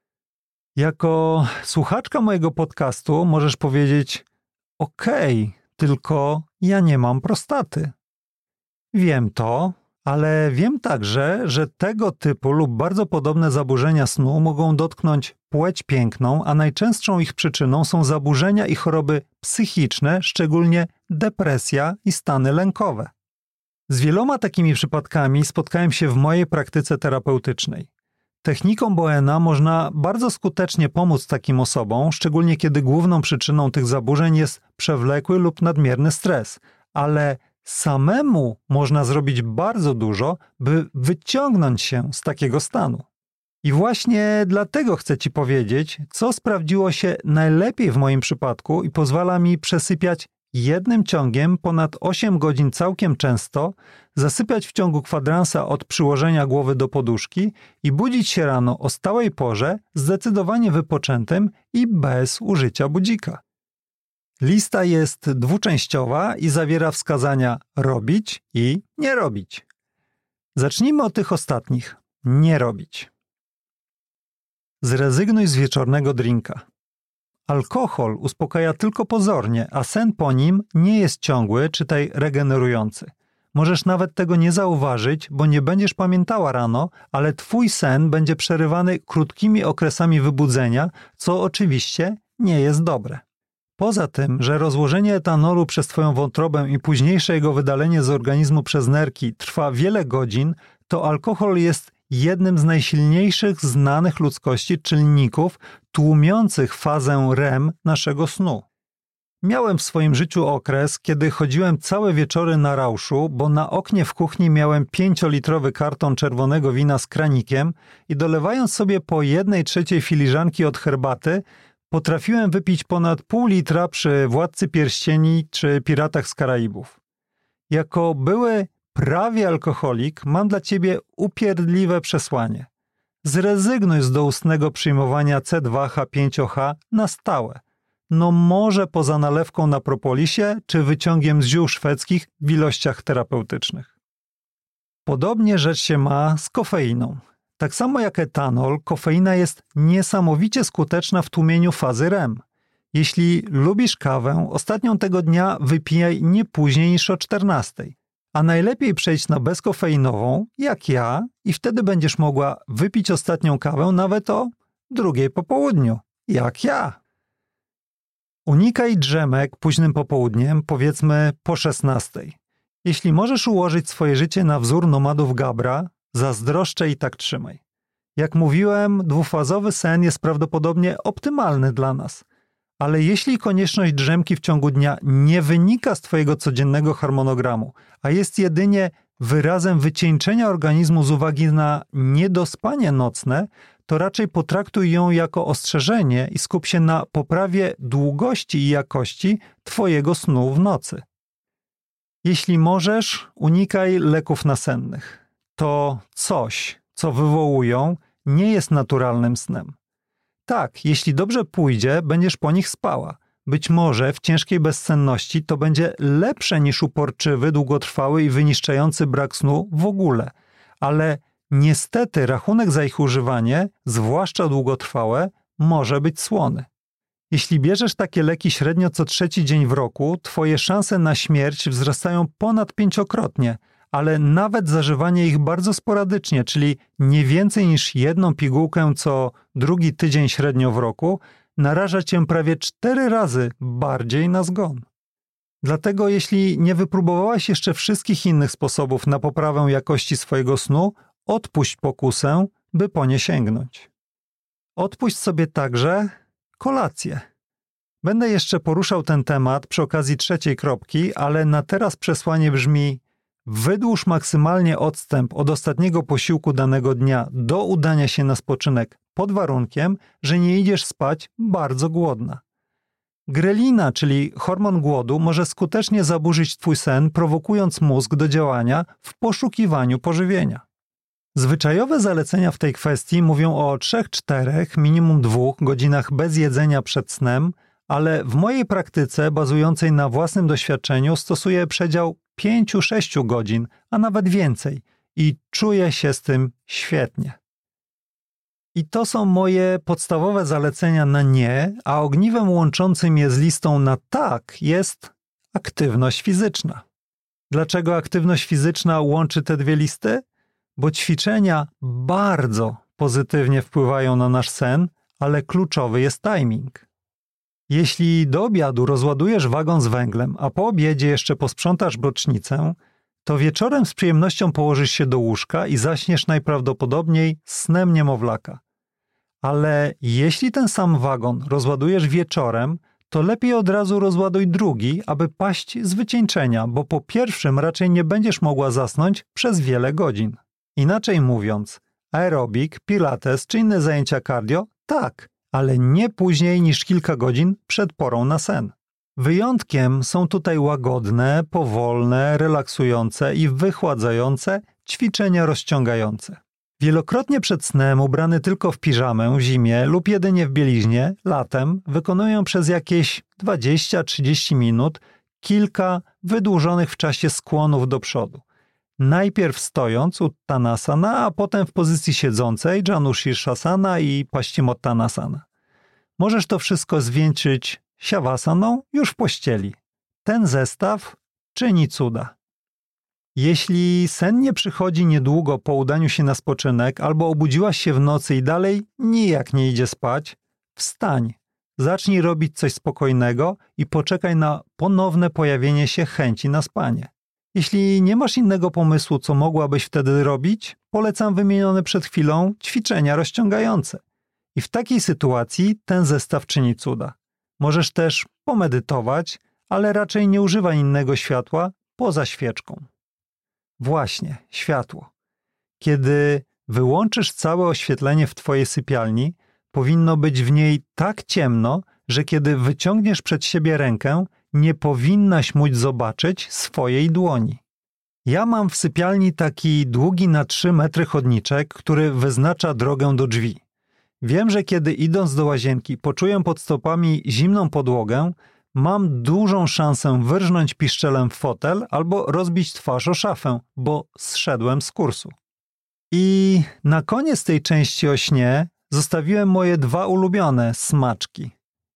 Jako słuchaczka mojego podcastu możesz powiedzieć: okej, tylko ja nie mam prostaty. Wiem to, ale wiem także, że tego typu lub bardzo podobne zaburzenia snu mogą dotknąć płeć piękną, a najczęstszą ich przyczyną są zaburzenia i choroby psychiczne, szczególnie depresja i stany lękowe. Z wieloma takimi przypadkami spotkałem się w mojej praktyce terapeutycznej. Techniką Boena można bardzo skutecznie pomóc takim osobom, szczególnie kiedy główną przyczyną tych zaburzeń jest przewlekły lub nadmierny stres, ale samemu można zrobić bardzo dużo, by wyciągnąć się z takiego stanu. I właśnie dlatego chcę Ci powiedzieć, co sprawdziło się najlepiej w moim przypadku i pozwala mi przesypiać jednym ciągiem ponad 8 godzin całkiem często, zasypiać w ciągu kwadransa od przyłożenia głowy do poduszki i budzić się rano o stałej porze, zdecydowanie wypoczętym i bez użycia budzika. Lista jest dwuczęściowa i zawiera wskazania robić i nie robić. Zacznijmy od tych ostatnich. Nie robić. Zrezygnuj z wieczornego drinka. Alkohol uspokaja tylko pozornie, a sen po nim nie jest ciągły, czytaj regenerujący. Możesz nawet tego nie zauważyć, bo nie będziesz pamiętała rano, ale twój sen będzie przerywany krótkimi okresami wybudzenia, co oczywiście nie jest dobre. Poza tym, że rozłożenie etanolu przez twoją wątrobę i późniejsze jego wydalenie z organizmu przez nerki trwa wiele godzin, to alkohol jest jednym z najsilniejszych znanych ludzkości czynników tłumiących fazę REM naszego snu. Miałem w swoim życiu okres, kiedy chodziłem całe wieczory na rauszu, bo na oknie w kuchni miałem 5-litrowy karton czerwonego wina z kranikiem i dolewając sobie po 1/3 filiżanki od herbaty, potrafiłem wypić ponad pół litra przy Władcy Pierścieni czy Piratach z Karaibów. Jako były prawie alkoholik mam dla ciebie upierdliwe przesłanie. Zrezygnuj z doustnego przyjmowania C2H5OH na stałe. No może poza nalewką na propolisie czy wyciągiem z ziół szwedzkich w ilościach terapeutycznych. Podobnie rzecz się ma z kofeiną. Tak samo jak etanol, kofeina jest niesamowicie skuteczna w tłumieniu fazy REM. Jeśli lubisz kawę, ostatnią tego dnia wypijaj nie później niż o 14:00. A najlepiej przejść na bezkofeinową, jak ja, i wtedy będziesz mogła wypić ostatnią kawę nawet o 2:00 po południu, jak ja. Unikaj drzemek późnym popołudniem, powiedzmy po 16:00. Jeśli możesz ułożyć swoje życie na wzór nomadów Gabra, zazdroszczę i tak trzymaj. Jak mówiłem, dwufazowy sen jest prawdopodobnie optymalny dla nas. Ale jeśli konieczność drzemki w ciągu dnia nie wynika z twojego codziennego harmonogramu, a jest jedynie wyrazem wycieńczenia organizmu z uwagi na niedospanie nocne, to raczej potraktuj ją jako ostrzeżenie i skup się na poprawie długości i jakości twojego snu w nocy. Jeśli możesz, unikaj leków nasennych. To coś, co wywołują, nie jest naturalnym snem. Tak, jeśli dobrze pójdzie, będziesz po nich spała. Być może w ciężkiej bezsenności to będzie lepsze niż uporczywy, długotrwały i wyniszczający brak snu w ogóle. Ale niestety rachunek za ich używanie, zwłaszcza długotrwałe, może być słony. Jeśli bierzesz takie leki średnio co 3. dzień w roku, twoje szanse na śmierć wzrastają ponad 5-krotnie, ale nawet zażywanie ich bardzo sporadycznie, czyli nie więcej niż 1 pigułkę co 2. tydzień średnio w roku, naraża cię prawie 4 razy bardziej na zgon. Dlatego jeśli nie wypróbowałaś jeszcze wszystkich innych sposobów na poprawę jakości swojego snu, odpuść pokusę, by po nie sięgnąć. Odpuść sobie także kolację. Będę jeszcze poruszał ten temat przy okazji 3. kropki, ale na teraz przesłanie brzmi: wydłuż maksymalnie odstęp od ostatniego posiłku danego dnia do udania się na spoczynek pod warunkiem, że nie idziesz spać bardzo głodna. Grelina, czyli hormon głodu, może skutecznie zaburzyć twój sen, prowokując mózg do działania w poszukiwaniu pożywienia. Zwyczajowe zalecenia w tej kwestii mówią o 3-4, minimum 2 godzinach bez jedzenia przed snem, ale w mojej praktyce bazującej na własnym doświadczeniu stosuję przedział 5-6 godzin, a nawet więcej i czuję się z tym świetnie. I to są moje podstawowe zalecenia na nie, a ogniwem łączącym je z listą na tak jest aktywność fizyczna. Dlaczego aktywność fizyczna łączy te dwie listy? Bo ćwiczenia bardzo pozytywnie wpływają na nasz sen, ale kluczowy jest timing. Jeśli do obiadu rozładujesz wagon z węglem, a po obiedzie jeszcze posprzątasz bocznicę, to wieczorem z przyjemnością położysz się do łóżka i zaśniesz najprawdopodobniej snem niemowlaka. Ale jeśli ten sam wagon rozładujesz wieczorem, to lepiej od razu rozładuj drugi, aby paść z wycieńczenia, bo po pierwszym raczej nie będziesz mogła zasnąć przez wiele godzin. Inaczej mówiąc, aerobik, pilates czy inne zajęcia cardio, tak, ale nie później niż kilka godzin przed porą na sen. Wyjątkiem są tutaj łagodne, powolne, relaksujące i wychładzające ćwiczenia rozciągające. Wielokrotnie przed snem, ubrany tylko w piżamę w zimie lub jedynie w bieliźnie, latem, wykonuję przez jakieś 20-30 minut kilka wydłużonych w czasie skłonów do przodu. Najpierw stojąc Uttanasana, a potem w pozycji siedzącej Janushirshasana i Paschimottanasana. Możesz to wszystko zwieńczyć siavasaną już w pościeli. Ten zestaw czyni cuda. Jeśli sen nie przychodzi niedługo po udaniu się na spoczynek albo obudziłaś się w nocy i dalej nijak nie idzie spać, wstań, zacznij robić coś spokojnego i poczekaj na ponowne pojawienie się chęci na spanie. Jeśli nie masz innego pomysłu, co mogłabyś wtedy robić, polecam wymienione przed chwilą ćwiczenia rozciągające. I w takiej sytuacji ten zestaw czyni cuda. Możesz też pomedytować, ale raczej nie używaj innego światła poza świeczką. Właśnie, światło. Kiedy wyłączysz całe oświetlenie w twojej sypialni, powinno być w niej tak ciemno, że kiedy wyciągniesz przed siebie rękę, nie powinnaś móc zobaczyć swojej dłoni. Ja mam w sypialni taki długi na 3 metry chodniczek, który wyznacza drogę do drzwi. Wiem, że kiedy idąc do łazienki poczuję pod stopami zimną podłogę, mam dużą szansę wyrżnąć piszczelem w fotel albo rozbić twarz o szafę, bo zszedłem z kursu. I na koniec tej części o śnie zostawiłem moje 2 ulubione smaczki.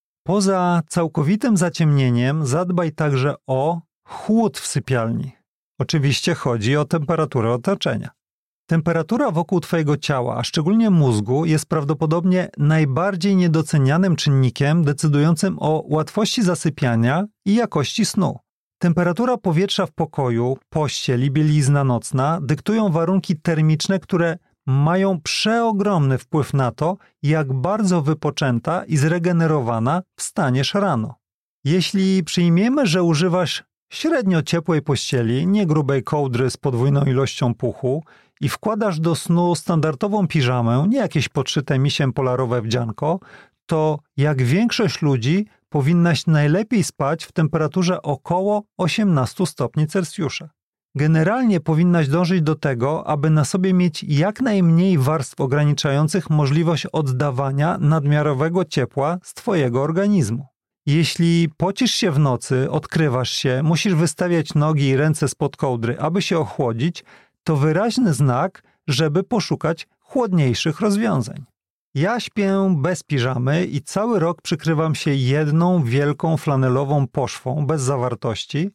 Poza całkowitym zaciemnieniem zadbaj także o chłód w sypialni. Oczywiście chodzi o temperaturę otoczenia. Temperatura wokół twojego ciała, a szczególnie mózgu, jest prawdopodobnie najbardziej niedocenianym czynnikiem decydującym o łatwości zasypiania i jakości snu. Temperatura powietrza w pokoju, pościel i bielizna nocna dyktują warunki termiczne, które mają przeogromny wpływ na to, jak bardzo wypoczęta i zregenerowana wstaniesz rano. Jeśli przyjmiemy, że używasz średnio ciepłej pościeli, nie grubej kołdry z podwójną ilością puchu i wkładasz do snu standardową piżamę, nie jakieś podszyte misiem polarowe wdzianko, to jak większość ludzi powinnaś najlepiej spać w temperaturze około 18 stopni Celsjusza. Generalnie powinnaś dążyć do tego, aby na sobie mieć jak najmniej warstw ograniczających możliwość oddawania nadmiarowego ciepła z twojego organizmu. Jeśli pocisz się w nocy, odkrywasz się, musisz wystawiać nogi i ręce spod kołdry, aby się ochłodzić, to wyraźny znak, żeby poszukać chłodniejszych rozwiązań. Ja śpię bez piżamy i cały rok przykrywam się jedną wielką flanelową poszwą bez zawartości,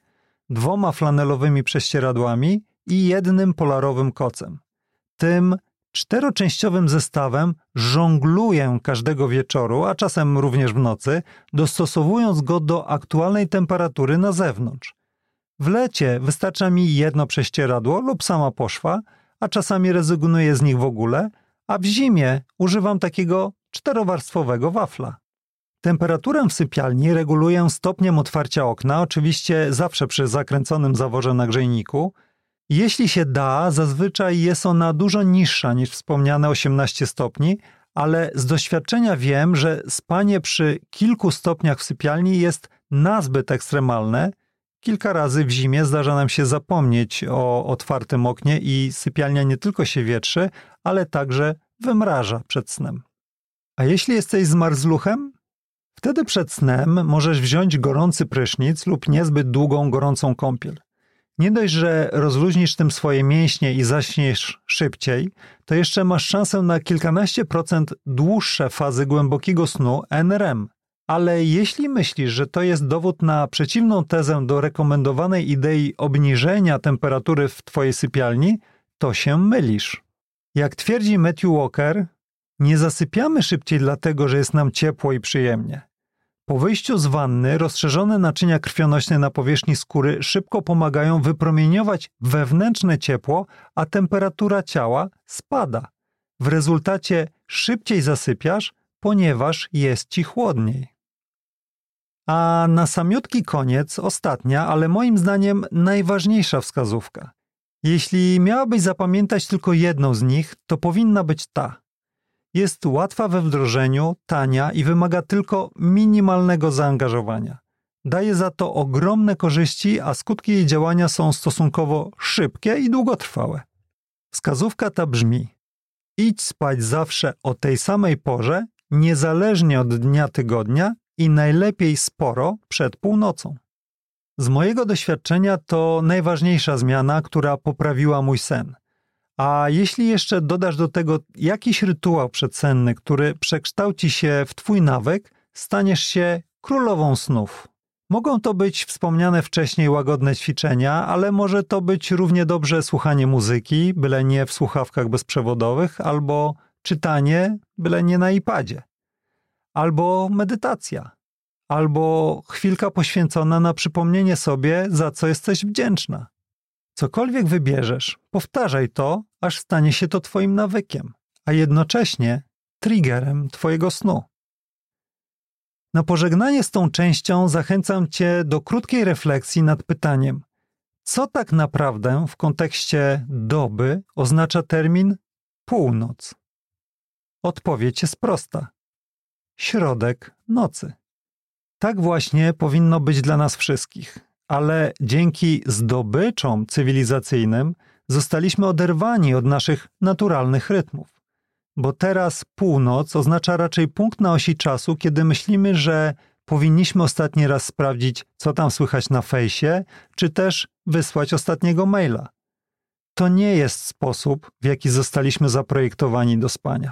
2 flanelowymi prześcieradłami i 1 polarowym kocem. Tym 4-częściowym zestawem żongluję każdego wieczoru, a czasem również w nocy, dostosowując go do aktualnej temperatury na zewnątrz. W lecie wystarcza mi 1 prześcieradło lub sama poszwa, a czasami rezygnuję z nich w ogóle, a w zimie używam takiego 4-warstwowego wafla. Temperaturę w sypialni reguluję stopniem otwarcia okna, oczywiście zawsze przy zakręconym zaworze na grzejniku. Jeśli się da, zazwyczaj jest ona dużo niższa niż wspomniane 18 stopni, ale z doświadczenia wiem, że spanie przy kilku stopniach w sypialni jest nazbyt ekstremalne. Kilka razy w zimie zdarza nam się zapomnieć o otwartym oknie i sypialnia nie tylko się wietrzy, ale także wymraża przed snem. A jeśli jesteś zmarzluchem? Wtedy przed snem możesz wziąć gorący prysznic lub niezbyt długą, gorącą kąpiel. Nie dość, że rozluźnisz tym swoje mięśnie i zaśniesz szybciej, to jeszcze masz szansę na kilkanaście procent dłuższe fazy głębokiego snu NREM. Ale jeśli myślisz, że to jest dowód na przeciwną tezę do rekomendowanej idei obniżenia temperatury w twojej sypialni, to się mylisz. Jak twierdzi Matthew Walker, nie zasypiamy szybciej dlatego, że jest nam ciepło i przyjemnie. Po wyjściu z wanny rozszerzone naczynia krwionośne na powierzchni skóry szybko pomagają wypromieniować wewnętrzne ciepło, a temperatura ciała spada. W rezultacie szybciej zasypiasz, ponieważ jest ci chłodniej. A na samiutki koniec ostatnia, ale moim zdaniem najważniejsza wskazówka. Jeśli miałabyś zapamiętać tylko jedną z nich, to powinna być ta. Jest łatwa we wdrożeniu, tania i wymaga tylko minimalnego zaangażowania. Daje za to ogromne korzyści, a skutki jej działania są stosunkowo szybkie i długotrwałe. Wskazówka ta brzmi: idź spać zawsze o tej samej porze, niezależnie od dnia tygodnia i najlepiej sporo przed północą. Z mojego doświadczenia to najważniejsza zmiana, która poprawiła mój sen. A jeśli jeszcze dodasz do tego jakiś rytuał przedsenny, który przekształci się w twój nawyk, staniesz się królową snów. Mogą to być wspomniane wcześniej łagodne ćwiczenia, ale może to być równie dobrze słuchanie muzyki, byle nie w słuchawkach bezprzewodowych, albo czytanie, byle nie na iPadzie, albo medytacja, albo chwilka poświęcona na przypomnienie sobie, za co jesteś wdzięczna. Cokolwiek wybierzesz, powtarzaj to, aż stanie się to twoim nawykiem, a jednocześnie triggerem twojego snu. Na pożegnanie z tą częścią zachęcam Cię do krótkiej refleksji nad pytaniem, co tak naprawdę w kontekście doby oznacza termin północ? Odpowiedź jest prosta. Środek nocy. Tak właśnie powinno być dla nas wszystkich, ale dzięki zdobyczom cywilizacyjnym zostaliśmy oderwani od naszych naturalnych rytmów. Bo teraz północ oznacza raczej punkt na osi czasu, kiedy myślimy, że powinniśmy ostatni raz sprawdzić, co tam słychać na fejsie, czy też wysłać ostatniego maila. To nie jest sposób, w jaki zostaliśmy zaprojektowani do spania.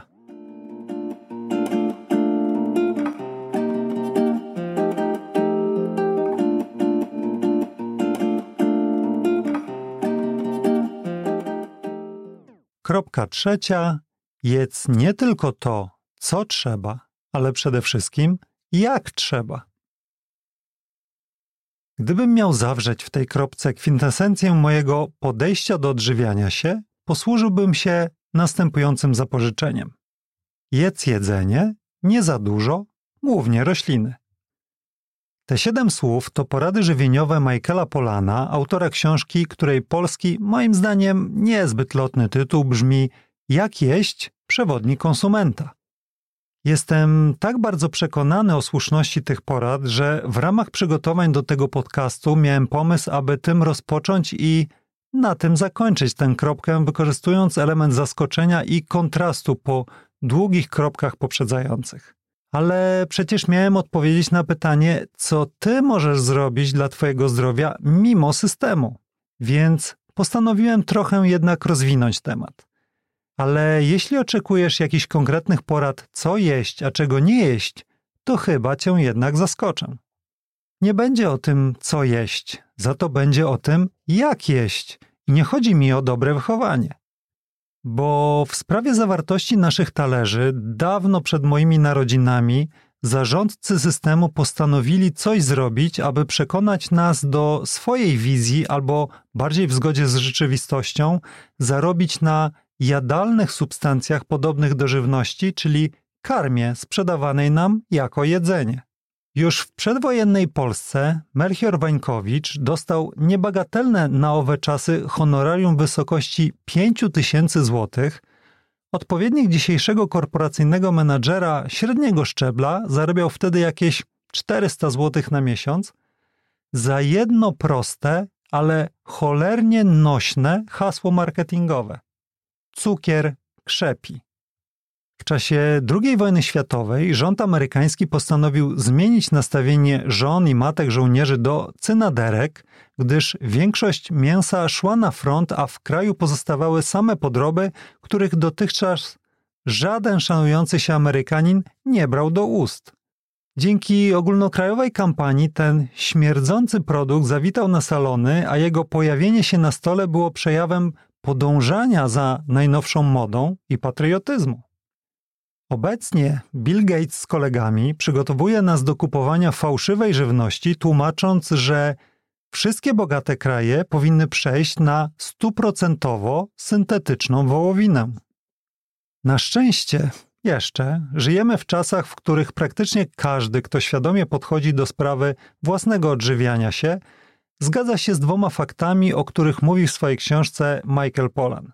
Kropka trzecia. Jedz nie tylko to, co trzeba, ale przede wszystkim jak trzeba. Gdybym miał zawrzeć w tej kropce kwintesencję mojego podejścia do odżywiania się, posłużyłbym się następującym zapożyczeniem. Jedz jedzenie, nie za dużo, głównie rośliny. Te 7 słów to porady żywieniowe Michaela Pollana, autora książki, której polski, moim zdaniem niezbyt lotny tytuł brzmi Jak jeść? Przewodnik konsumenta. Jestem tak bardzo przekonany o słuszności tych porad, że w ramach przygotowań do tego podcastu miałem pomysł, aby tym rozpocząć i na tym zakończyć tę kropkę, wykorzystując element zaskoczenia i kontrastu po długich kropkach poprzedzających. Ale przecież miałem odpowiedzieć na pytanie, co ty możesz zrobić dla twojego zdrowia mimo systemu. Więc postanowiłem trochę jednak rozwinąć temat. Ale jeśli oczekujesz jakichś konkretnych porad, co jeść, a czego nie jeść, to chyba cię jednak zaskoczę. Nie będzie o tym, co jeść, za to będzie o tym, jak jeść. I nie chodzi mi o dobre wychowanie. Bo w sprawie zawartości naszych talerzy, dawno przed moimi narodzinami, zarządcy systemu postanowili coś zrobić, aby przekonać nas do swojej wizji albo bardziej w zgodzie z rzeczywistością, zarobić na jadalnych substancjach podobnych do żywności, czyli karmie sprzedawanej nam jako jedzenie. Już w przedwojennej Polsce Melchior Wańkowicz dostał niebagatelne na owe czasy honorarium w wysokości 5000 złotych. Odpowiednik dzisiejszego korporacyjnego menadżera średniego szczebla zarabiał wtedy jakieś 400 złotych na miesiąc za jedno proste, ale cholernie nośne hasło marketingowe. Cukier krzepi. W czasie II wojny światowej rząd amerykański postanowił zmienić nastawienie żon i matek żołnierzy do cynaderek, gdyż większość mięsa szła na front, a w kraju pozostawały same podroby, których dotychczas żaden szanujący się Amerykanin nie brał do ust. Dzięki ogólnokrajowej kampanii ten śmierdzący produkt zawitał na salony, a jego pojawienie się na stole było przejawem podążania za najnowszą modą i patriotyzmu. Obecnie Bill Gates z kolegami przygotowuje nas do kupowania fałszywej żywności, tłumacząc, że wszystkie bogate kraje powinny przejść na 100% syntetyczną wołowinę. Na szczęście jeszcze żyjemy w czasach, w których praktycznie każdy, kto świadomie podchodzi do sprawy własnego odżywiania się, zgadza się z 2 faktami, o których mówi w swojej książce Michael Pollan.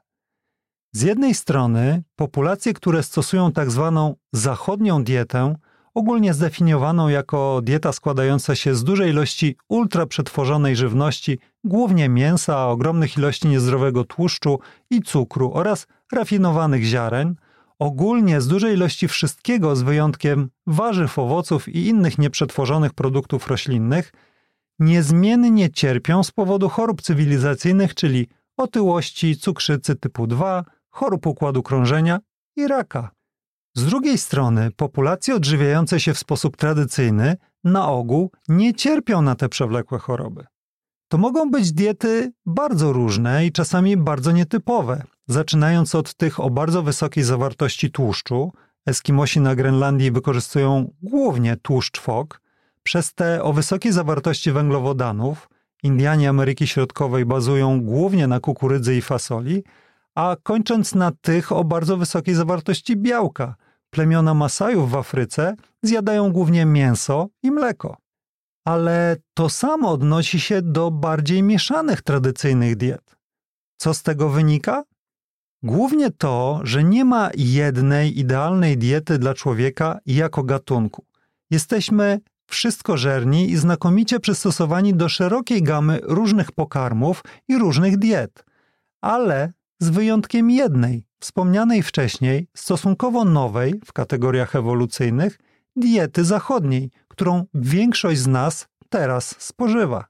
Z jednej strony populacje, które stosują tak zwaną zachodnią dietę, ogólnie zdefiniowaną jako dieta składająca się z dużej ilości ultraprzetworzonej żywności, głównie mięsa, ogromnych ilości niezdrowego tłuszczu i cukru oraz rafinowanych ziaren, ogólnie z dużej ilości wszystkiego z wyjątkiem warzyw, owoców i innych nieprzetworzonych produktów roślinnych, niezmiennie cierpią z powodu chorób cywilizacyjnych, czyli otyłości, cukrzycy typu 2, chorób układu krążenia i raka. Z drugiej strony populacje odżywiające się w sposób tradycyjny na ogół nie cierpią na te przewlekłe choroby. To mogą być diety bardzo różne i czasami bardzo nietypowe, zaczynając od tych o bardzo wysokiej zawartości tłuszczu. Eskimosi na Grenlandii wykorzystują głównie tłuszcz fok, przez te o wysokiej zawartości węglowodanów. Indianie Ameryki Środkowej bazują głównie na kukurydzy i fasoli, a kończąc na tych o bardzo wysokiej zawartości białka, Plemiona Masajów w Afryce zjadają głównie mięso i mleko. Ale to samo odnosi się do bardziej mieszanych tradycyjnych diet. Co z tego wynika? Głównie to, że nie ma jednej idealnej diety dla człowieka jako gatunku. Jesteśmy wszystkożerni i znakomicie przystosowani do szerokiej gamy różnych pokarmów i różnych diet. Ale z wyjątkiem jednej, wspomnianej wcześniej, stosunkowo nowej w kategoriach ewolucyjnych, diety zachodniej, którą większość z nas teraz spożywa.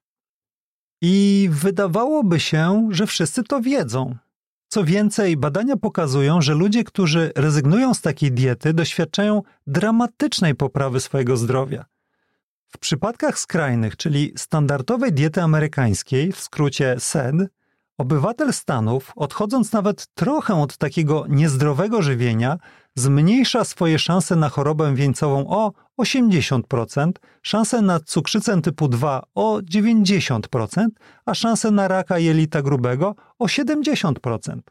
I wydawałoby się, że wszyscy to wiedzą. Co więcej, badania pokazują, że ludzie, którzy rezygnują z takiej diety, doświadczają dramatycznej poprawy swojego zdrowia. W przypadkach skrajnych, czyli standardowej diety amerykańskiej, w skrócie SED, obywatel Stanów, odchodząc nawet trochę od takiego niezdrowego żywienia, zmniejsza swoje szanse na chorobę wieńcową o 80%, szanse na cukrzycę typu 2 o 90%, a szanse na raka jelita grubego o 70%.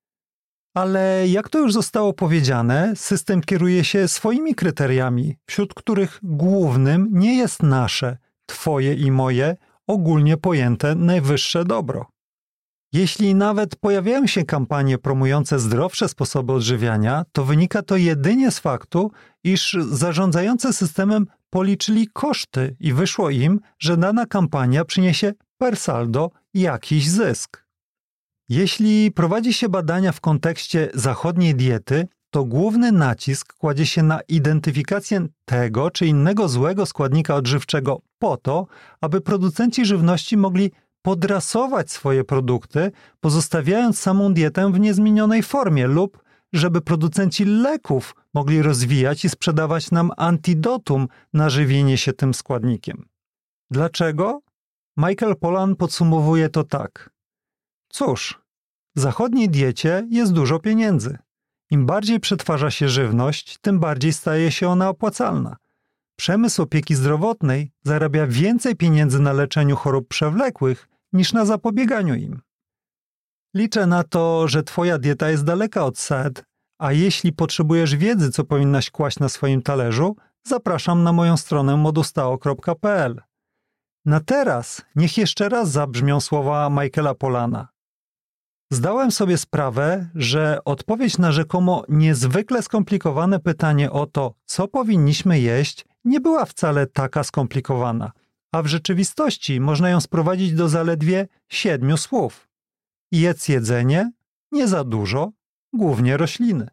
Ale jak to już zostało powiedziane, system kieruje się swoimi kryteriami, wśród których głównym nie jest nasze, twoje i moje, ogólnie pojęte najwyższe dobro. Jeśli nawet pojawiają się kampanie promujące zdrowsze sposoby odżywiania, to wynika to jedynie z faktu, iż zarządzający systemem policzyli koszty i wyszło im, że dana kampania przyniesie per saldo jakiś zysk. Jeśli prowadzi się badania w kontekście zachodniej diety, to główny nacisk kładzie się na identyfikację tego czy innego złego składnika odżywczego po to, aby producenci żywności mogli podrasować swoje produkty, pozostawiając samą dietę w niezmienionej formie lub żeby producenci leków mogli rozwijać i sprzedawać nam antidotum na żywienie się tym składnikiem. Dlaczego? Michael Pollan podsumowuje to tak. Cóż, w zachodniej diecie jest dużo pieniędzy. Im bardziej przetwarza się żywność, tym bardziej staje się ona opłacalna. Przemysł opieki zdrowotnej zarabia więcej pieniędzy na leczeniu chorób przewlekłych niż na zapobieganiu im. Liczę na to, że twoja dieta jest daleka od SED, a jeśli potrzebujesz wiedzy, co powinnaś kłaść na swoim talerzu, zapraszam na moją stronę modustao.pl. Na teraz niech jeszcze raz zabrzmią słowa Michaela Pollana. Zdałem sobie sprawę, że odpowiedź na rzekomo niezwykle skomplikowane pytanie o to, co powinniśmy jeść, nie była wcale taka skomplikowana, a w rzeczywistości można ją sprowadzić do zaledwie 7 słów. Jedz jedzenie, nie za dużo, głównie rośliny.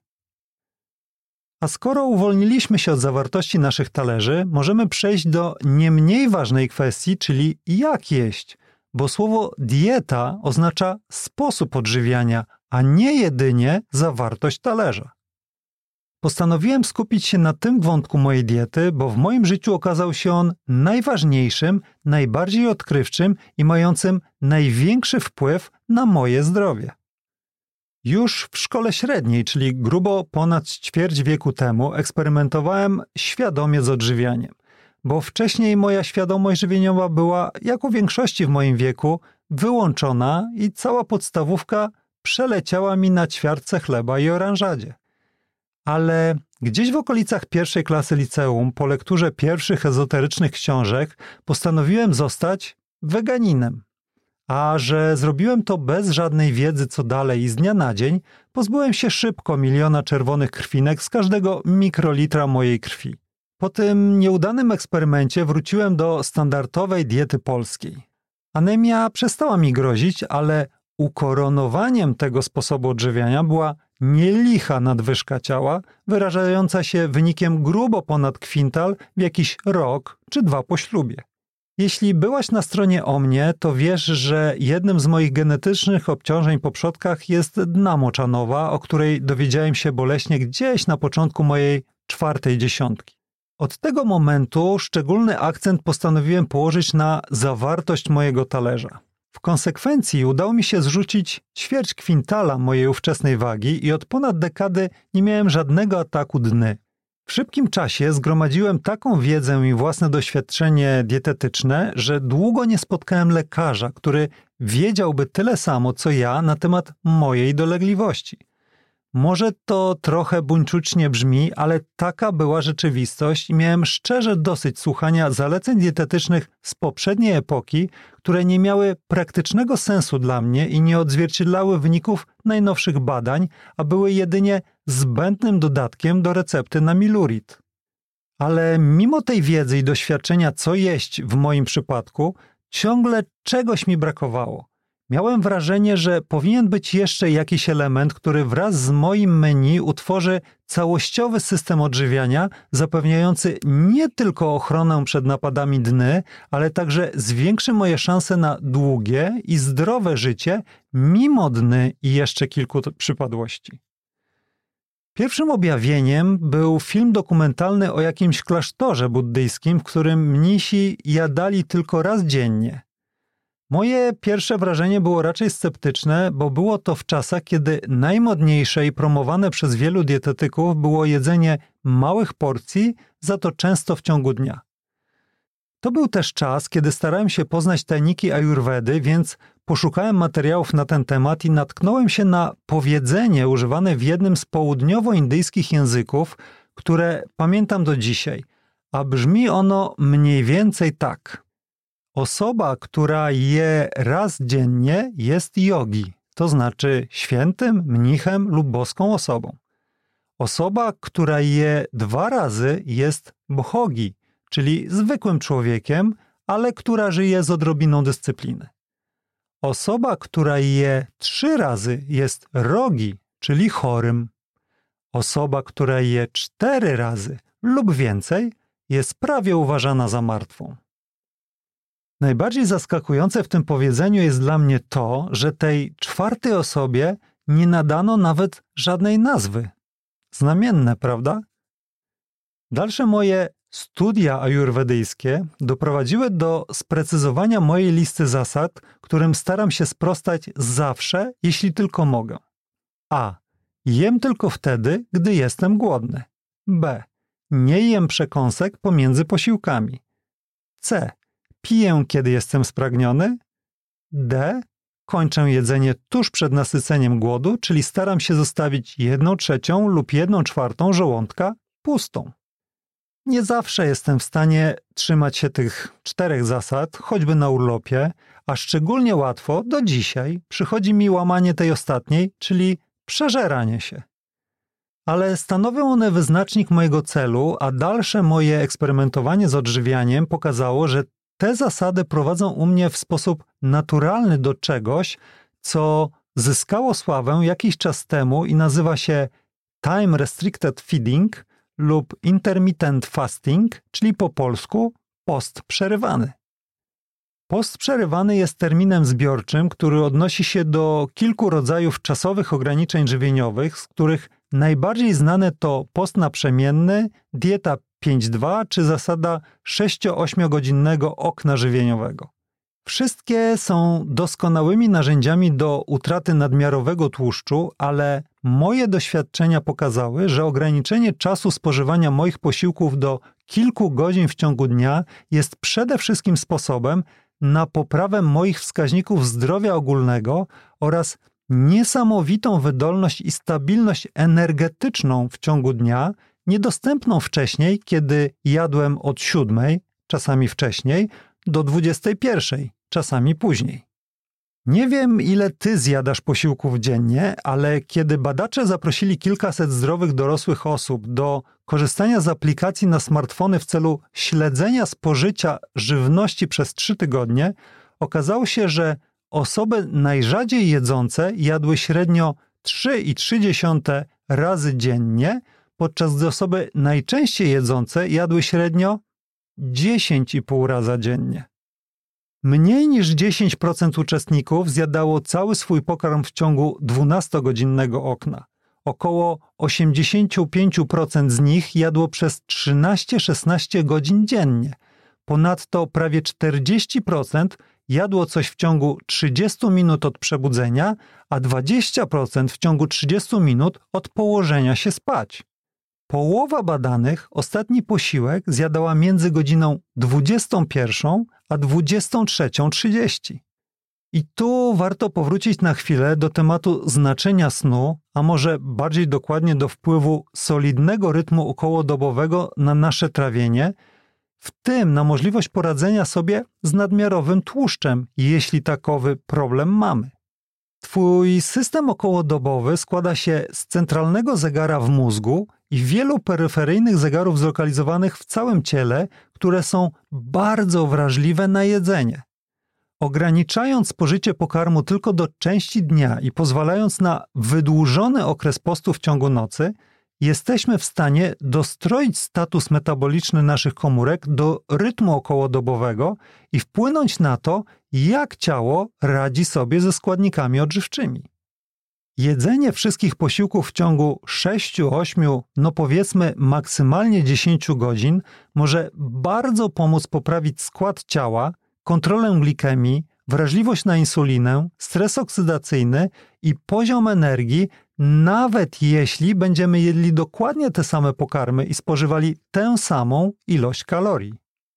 A skoro uwolniliśmy się od zawartości naszych talerzy, możemy przejść do nie mniej ważnej kwestii, czyli jak jeść, bo słowo dieta oznacza sposób odżywiania, a nie jedynie zawartość talerza. Postanowiłem skupić się na tym wątku mojej diety, bo w moim życiu okazał się on najważniejszym, najbardziej odkrywczym i mającym największy wpływ na moje zdrowie. Już w szkole średniej, czyli grubo ponad ćwierć wieku temu, eksperymentowałem świadomie z odżywianiem, bo wcześniej moja świadomość żywieniowa była, jak u większości w moim wieku, wyłączona i cała podstawówka przeleciała mi na ćwiartce chleba i oranżadzie. Ale gdzieś w okolicach 1. klasy liceum, po lekturze pierwszych ezoterycznych książek, postanowiłem zostać weganinem. A że zrobiłem to bez żadnej wiedzy co dalej i z dnia na dzień, pozbyłem się szybko 1 miliona czerwonych krwinek z każdego mikrolitra mojej krwi. Po tym nieudanym eksperymencie wróciłem do standardowej diety polskiej. Anemia przestała mi grozić, ale ukoronowaniem tego sposobu odżywiania była nielicha nadwyżka ciała, wyrażająca się wynikiem grubo ponad kwintal w jakiś rok czy 2 po ślubie. Jeśli byłaś na stronie o mnie, to wiesz, że jednym z moich genetycznych obciążeń po przodkach jest dna moczanowa, o której dowiedziałem się boleśnie gdzieś na początku mojej 4. dziesiątki. Od tego momentu szczególny akcent postanowiłem położyć na zawartość mojego talerza. W konsekwencji udało mi się zrzucić ćwierć kwintala mojej ówczesnej wagi i od ponad dekady nie miałem żadnego ataku dny. W szybkim czasie zgromadziłem taką wiedzę i własne doświadczenie dietetyczne, że długo nie spotkałem lekarza, który wiedziałby tyle samo co ja na temat mojej dolegliwości. Może to trochę buńczucznie brzmi, ale taka była rzeczywistość i miałem szczerze dosyć słuchania zaleceń dietetycznych z poprzedniej epoki, które nie miały praktycznego sensu dla mnie i nie odzwierciedlały wyników najnowszych badań, a były jedynie zbędnym dodatkiem do recepty na milurit. Ale mimo tej wiedzy i doświadczenia, co jeść w moim przypadku, ciągle czegoś mi brakowało. Miałem wrażenie, że powinien być jeszcze jakiś element, który wraz z moim menu utworzy całościowy system odżywiania, zapewniający nie tylko ochronę przed napadami dny, ale także zwiększy moje szanse na długie i zdrowe życie, mimo dny i jeszcze kilku przypadłości. Pierwszym objawieniem był film dokumentalny o jakimś klasztorze buddyjskim, w którym mnisi jadali tylko raz dziennie. Moje pierwsze wrażenie było raczej sceptyczne, bo było to w czasach, kiedy najmodniejsze i promowane przez wielu dietetyków było jedzenie małych porcji, za to często w ciągu dnia. To był też czas, kiedy starałem się poznać tajniki ajurwedy, więc poszukałem materiałów na ten temat i natknąłem się na powiedzenie używane w jednym z południowoindyjskich języków, które pamiętam do dzisiaj, a brzmi ono mniej więcej tak. Osoba, która je raz dziennie, jest jogi, to znaczy świętym, mnichem lub boską osobą. Osoba, która je 2 razy, jest bhogi, czyli zwykłym człowiekiem, ale która żyje z odrobiną dyscypliny. Osoba, która je 3 razy, jest rogi, czyli chorym. Osoba, która je 4 razy lub więcej, jest prawie uważana za martwą. Najbardziej zaskakujące w tym powiedzeniu jest dla mnie to, że tej 4. osobie nie nadano nawet żadnej nazwy. Znamienne, prawda? Dalsze moje studia ajurwedyjskie doprowadziły do sprecyzowania mojej listy zasad, którym staram się sprostać zawsze, jeśli tylko mogę. A. Jem tylko wtedy, gdy jestem głodny. B. Nie jem przekąsek pomiędzy posiłkami. C. Piję, kiedy jestem spragniony. D. Kończę jedzenie tuż przed nasyceniem głodu, czyli staram się zostawić 1/3 lub 1/4 żołądka pustą. Nie zawsze jestem w stanie trzymać się tych 4 zasad, choćby na urlopie, a szczególnie łatwo do dzisiaj przychodzi mi łamanie tej ostatniej, czyli przeżeranie się. Ale stanowią one wyznacznik mojego celu, a dalsze moje eksperymentowanie z odżywianiem pokazało, że te zasady prowadzą u mnie w sposób naturalny do czegoś, co zyskało sławę jakiś czas temu i nazywa się Time Restricted Feeding lub Intermittent Fasting, czyli po polsku post przerywany. Post przerywany jest terminem zbiorczym, który odnosi się do kilku rodzajów czasowych ograniczeń żywieniowych, z których najbardziej znane to post naprzemienny, dieta 5-2 czy zasada 6-8 godzinnego okna żywieniowego. Wszystkie są doskonałymi narzędziami do utraty nadmiarowego tłuszczu, ale moje doświadczenia pokazały, że ograniczenie czasu spożywania moich posiłków do kilku godzin w ciągu dnia jest przede wszystkim sposobem na poprawę moich wskaźników zdrowia ogólnego oraz niesamowitą wydolność i stabilność energetyczną w ciągu dnia, niedostępną wcześniej, kiedy jadłem od 7, czasami wcześniej, do 21, czasami później. Nie wiem, ile ty zjadasz posiłków dziennie, ale kiedy badacze zaprosili kilkaset zdrowych dorosłych osób do korzystania z aplikacji na smartfony w celu śledzenia spożycia żywności przez 3 tygodnie, okazało się, że osoby najrzadziej jedzące jadły średnio 3,3 razy dziennie, podczas gdy osoby najczęściej jedzące jadły średnio 10,5 raza dziennie. Mniej niż 10% uczestników zjadało cały swój pokarm w ciągu 12-godzinnego okna. Około 85% z nich jadło przez 13-16 godzin dziennie. Ponadto prawie 40% jadło coś w ciągu 30 minut od przebudzenia, a 20% w ciągu 30 minut od położenia się spać. Połowa badanych ostatni posiłek zjadała między godziną 21 a 23:30. I tu warto powrócić na chwilę do tematu znaczenia snu, a może bardziej dokładnie do wpływu solidnego rytmu okołodobowego na nasze trawienie, w tym na możliwość poradzenia sobie z nadmiarowym tłuszczem, jeśli takowy problem mamy. Twój system okołodobowy składa się z centralnego zegara w mózgu i wielu peryferyjnych zegarów zlokalizowanych w całym ciele, które są bardzo wrażliwe na jedzenie. Ograniczając spożycie pokarmu tylko do części dnia i pozwalając na wydłużony okres postu w ciągu nocy, jesteśmy w stanie dostroić status metaboliczny naszych komórek do rytmu okołodobowego i wpłynąć na to, jak ciało radzi sobie ze składnikami odżywczymi. Jedzenie wszystkich posiłków w ciągu 6-8, no powiedzmy maksymalnie 10 godzin może bardzo pomóc poprawić skład ciała, kontrolę glikemii, wrażliwość na insulinę, stres oksydacyjny i poziom energii, nawet jeśli będziemy jedli dokładnie te same pokarmy i spożywali tę samą ilość kalorii.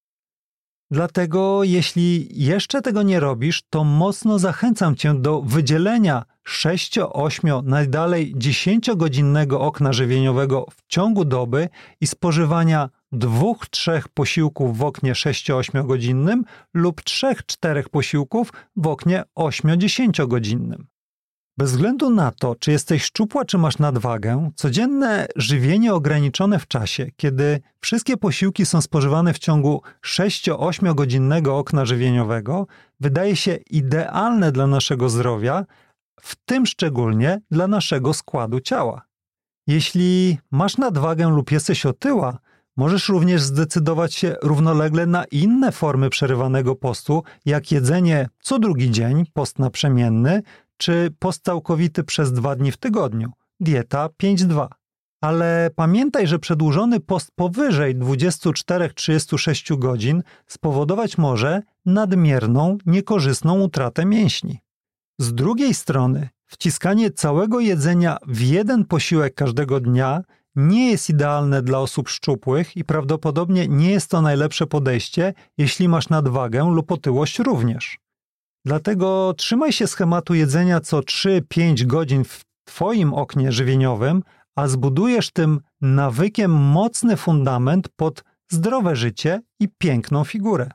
Dlatego, jeśli jeszcze tego nie robisz, to mocno zachęcam Cię do wydzielenia 6-8, najdalej 10-godzinnego okna żywieniowego w ciągu doby i spożywania 2-3 posiłków w oknie 6-8 godzinnym lub 3-4 posiłków w oknie 8-10 godzinnym. Bez względu na to, czy jesteś szczupła, czy masz nadwagę, codzienne żywienie ograniczone w czasie, kiedy wszystkie posiłki są spożywane w ciągu 6-8 godzinnego okna żywieniowego, wydaje się idealne dla naszego zdrowia, w tym szczególnie dla naszego składu ciała. Jeśli masz nadwagę lub jesteś otyła, możesz również zdecydować się równolegle na inne formy przerywanego postu, jak jedzenie co drugi dzień, post naprzemienny, czy post całkowity przez 2 dni w tygodniu, dieta 5-2. Ale pamiętaj, że przedłużony post powyżej 24-36 godzin spowodować może nadmierną, niekorzystną utratę mięśni. Z drugiej strony, wciskanie całego jedzenia w jeden posiłek każdego dnia nie jest idealne dla osób szczupłych i prawdopodobnie nie jest to najlepsze podejście, jeśli masz nadwagę lub otyłość również. Dlatego trzymaj się schematu jedzenia co 3-5 godzin w Twoim oknie żywieniowym, a zbudujesz tym nawykiem mocny fundament pod zdrowe życie i piękną figurę.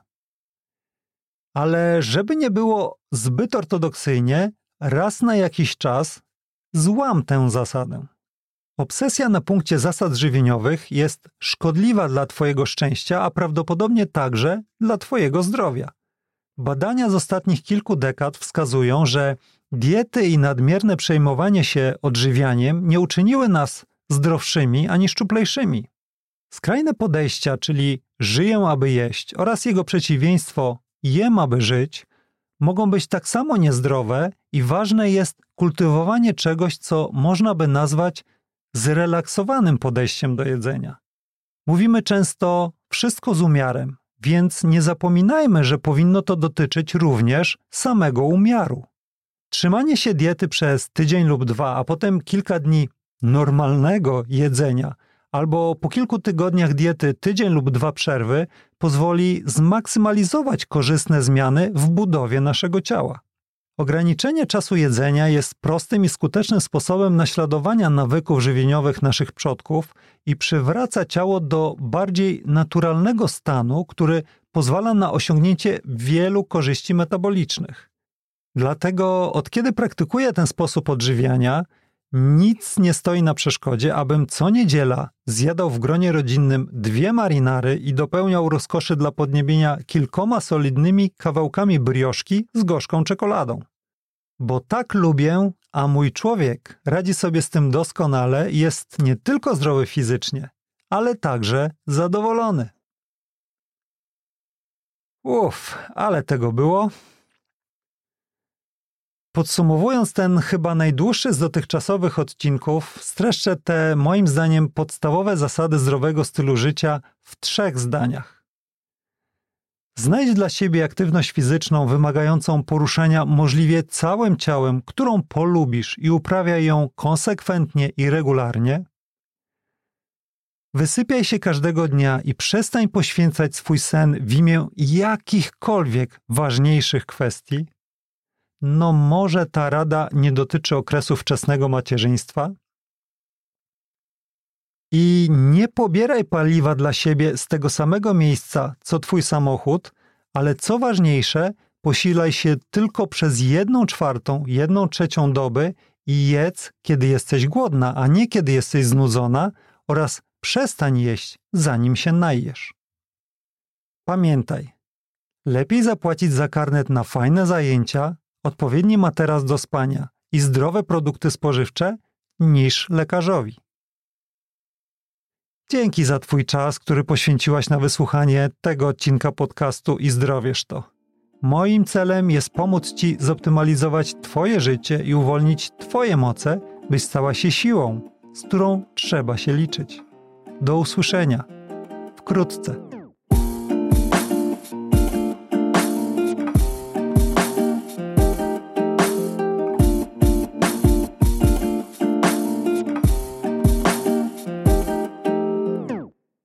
Ale żeby nie było zbyt ortodoksyjnie, raz na jakiś czas złam tę zasadę. Obsesja na punkcie zasad żywieniowych jest szkodliwa dla Twojego szczęścia, a prawdopodobnie także dla Twojego zdrowia. Badania z ostatnich kilku dekad wskazują, że diety i nadmierne przejmowanie się odżywianiem nie uczyniły nas zdrowszymi ani szczuplejszymi. Skrajne podejścia, czyli żyję, aby jeść, oraz jego przeciwieństwo jem, aby żyć, mogą być tak samo niezdrowe i ważne jest kultywowanie czegoś, co można by nazwać zrelaksowanym podejściem do jedzenia. Mówimy często wszystko z umiarem, więc nie zapominajmy, że powinno to dotyczyć również samego umiaru. Trzymanie się diety przez tydzień lub 2, a potem kilka dni normalnego jedzenia, albo po kilku tygodniach diety tydzień lub 2 przerwy pozwoli zmaksymalizować korzystne zmiany w budowie naszego ciała. Ograniczenie czasu jedzenia jest prostym i skutecznym sposobem naśladowania nawyków żywieniowych naszych przodków i przywraca ciało do bardziej naturalnego stanu, który pozwala na osiągnięcie wielu korzyści metabolicznych. Dlatego od kiedy praktykuję ten sposób odżywiania, nic nie stoi na przeszkodzie, abym co niedziela zjadał w gronie rodzinnym 2 marinary i dopełniał rozkoszy dla podniebienia kilkoma solidnymi kawałkami brioszki z gorzką czekoladą. Bo tak lubię, a mój człowiek radzi sobie z tym doskonale i jest nie tylko zdrowy fizycznie, ale także zadowolony. Ale tego było. Podsumowując ten chyba najdłuższy z dotychczasowych odcinków, streszczę te moim zdaniem podstawowe zasady zdrowego stylu życia w 3 zdaniach. Znajdź dla siebie aktywność fizyczną wymagającą poruszania możliwie całym ciałem, którą polubisz i uprawiaj ją konsekwentnie i regularnie. Wysypiaj się każdego dnia i przestań poświęcać swój sen w imię jakichkolwiek ważniejszych kwestii. No może ta rada nie dotyczy okresu wczesnego macierzyństwa? I nie pobieraj paliwa dla siebie z tego samego miejsca, co twój samochód, ale co ważniejsze, posilaj się tylko przez 1/4, 1/3 doby i jedz, kiedy jesteś głodna, a nie kiedy jesteś znudzona, oraz przestań jeść, zanim się najesz. Pamiętaj, lepiej zapłacić za karnet na fajne zajęcia, odpowiedni materac do spania i zdrowe produkty spożywcze niż lekarzowi. Dzięki za twój czas, który poświęciłaś na wysłuchanie tego odcinka podcastu i zdrowiesz to. Moim celem jest pomóc ci zoptymalizować twoje życie i uwolnić twoje moce, byś stała się siłą, z którą trzeba się liczyć. Do usłyszenia wkrótce.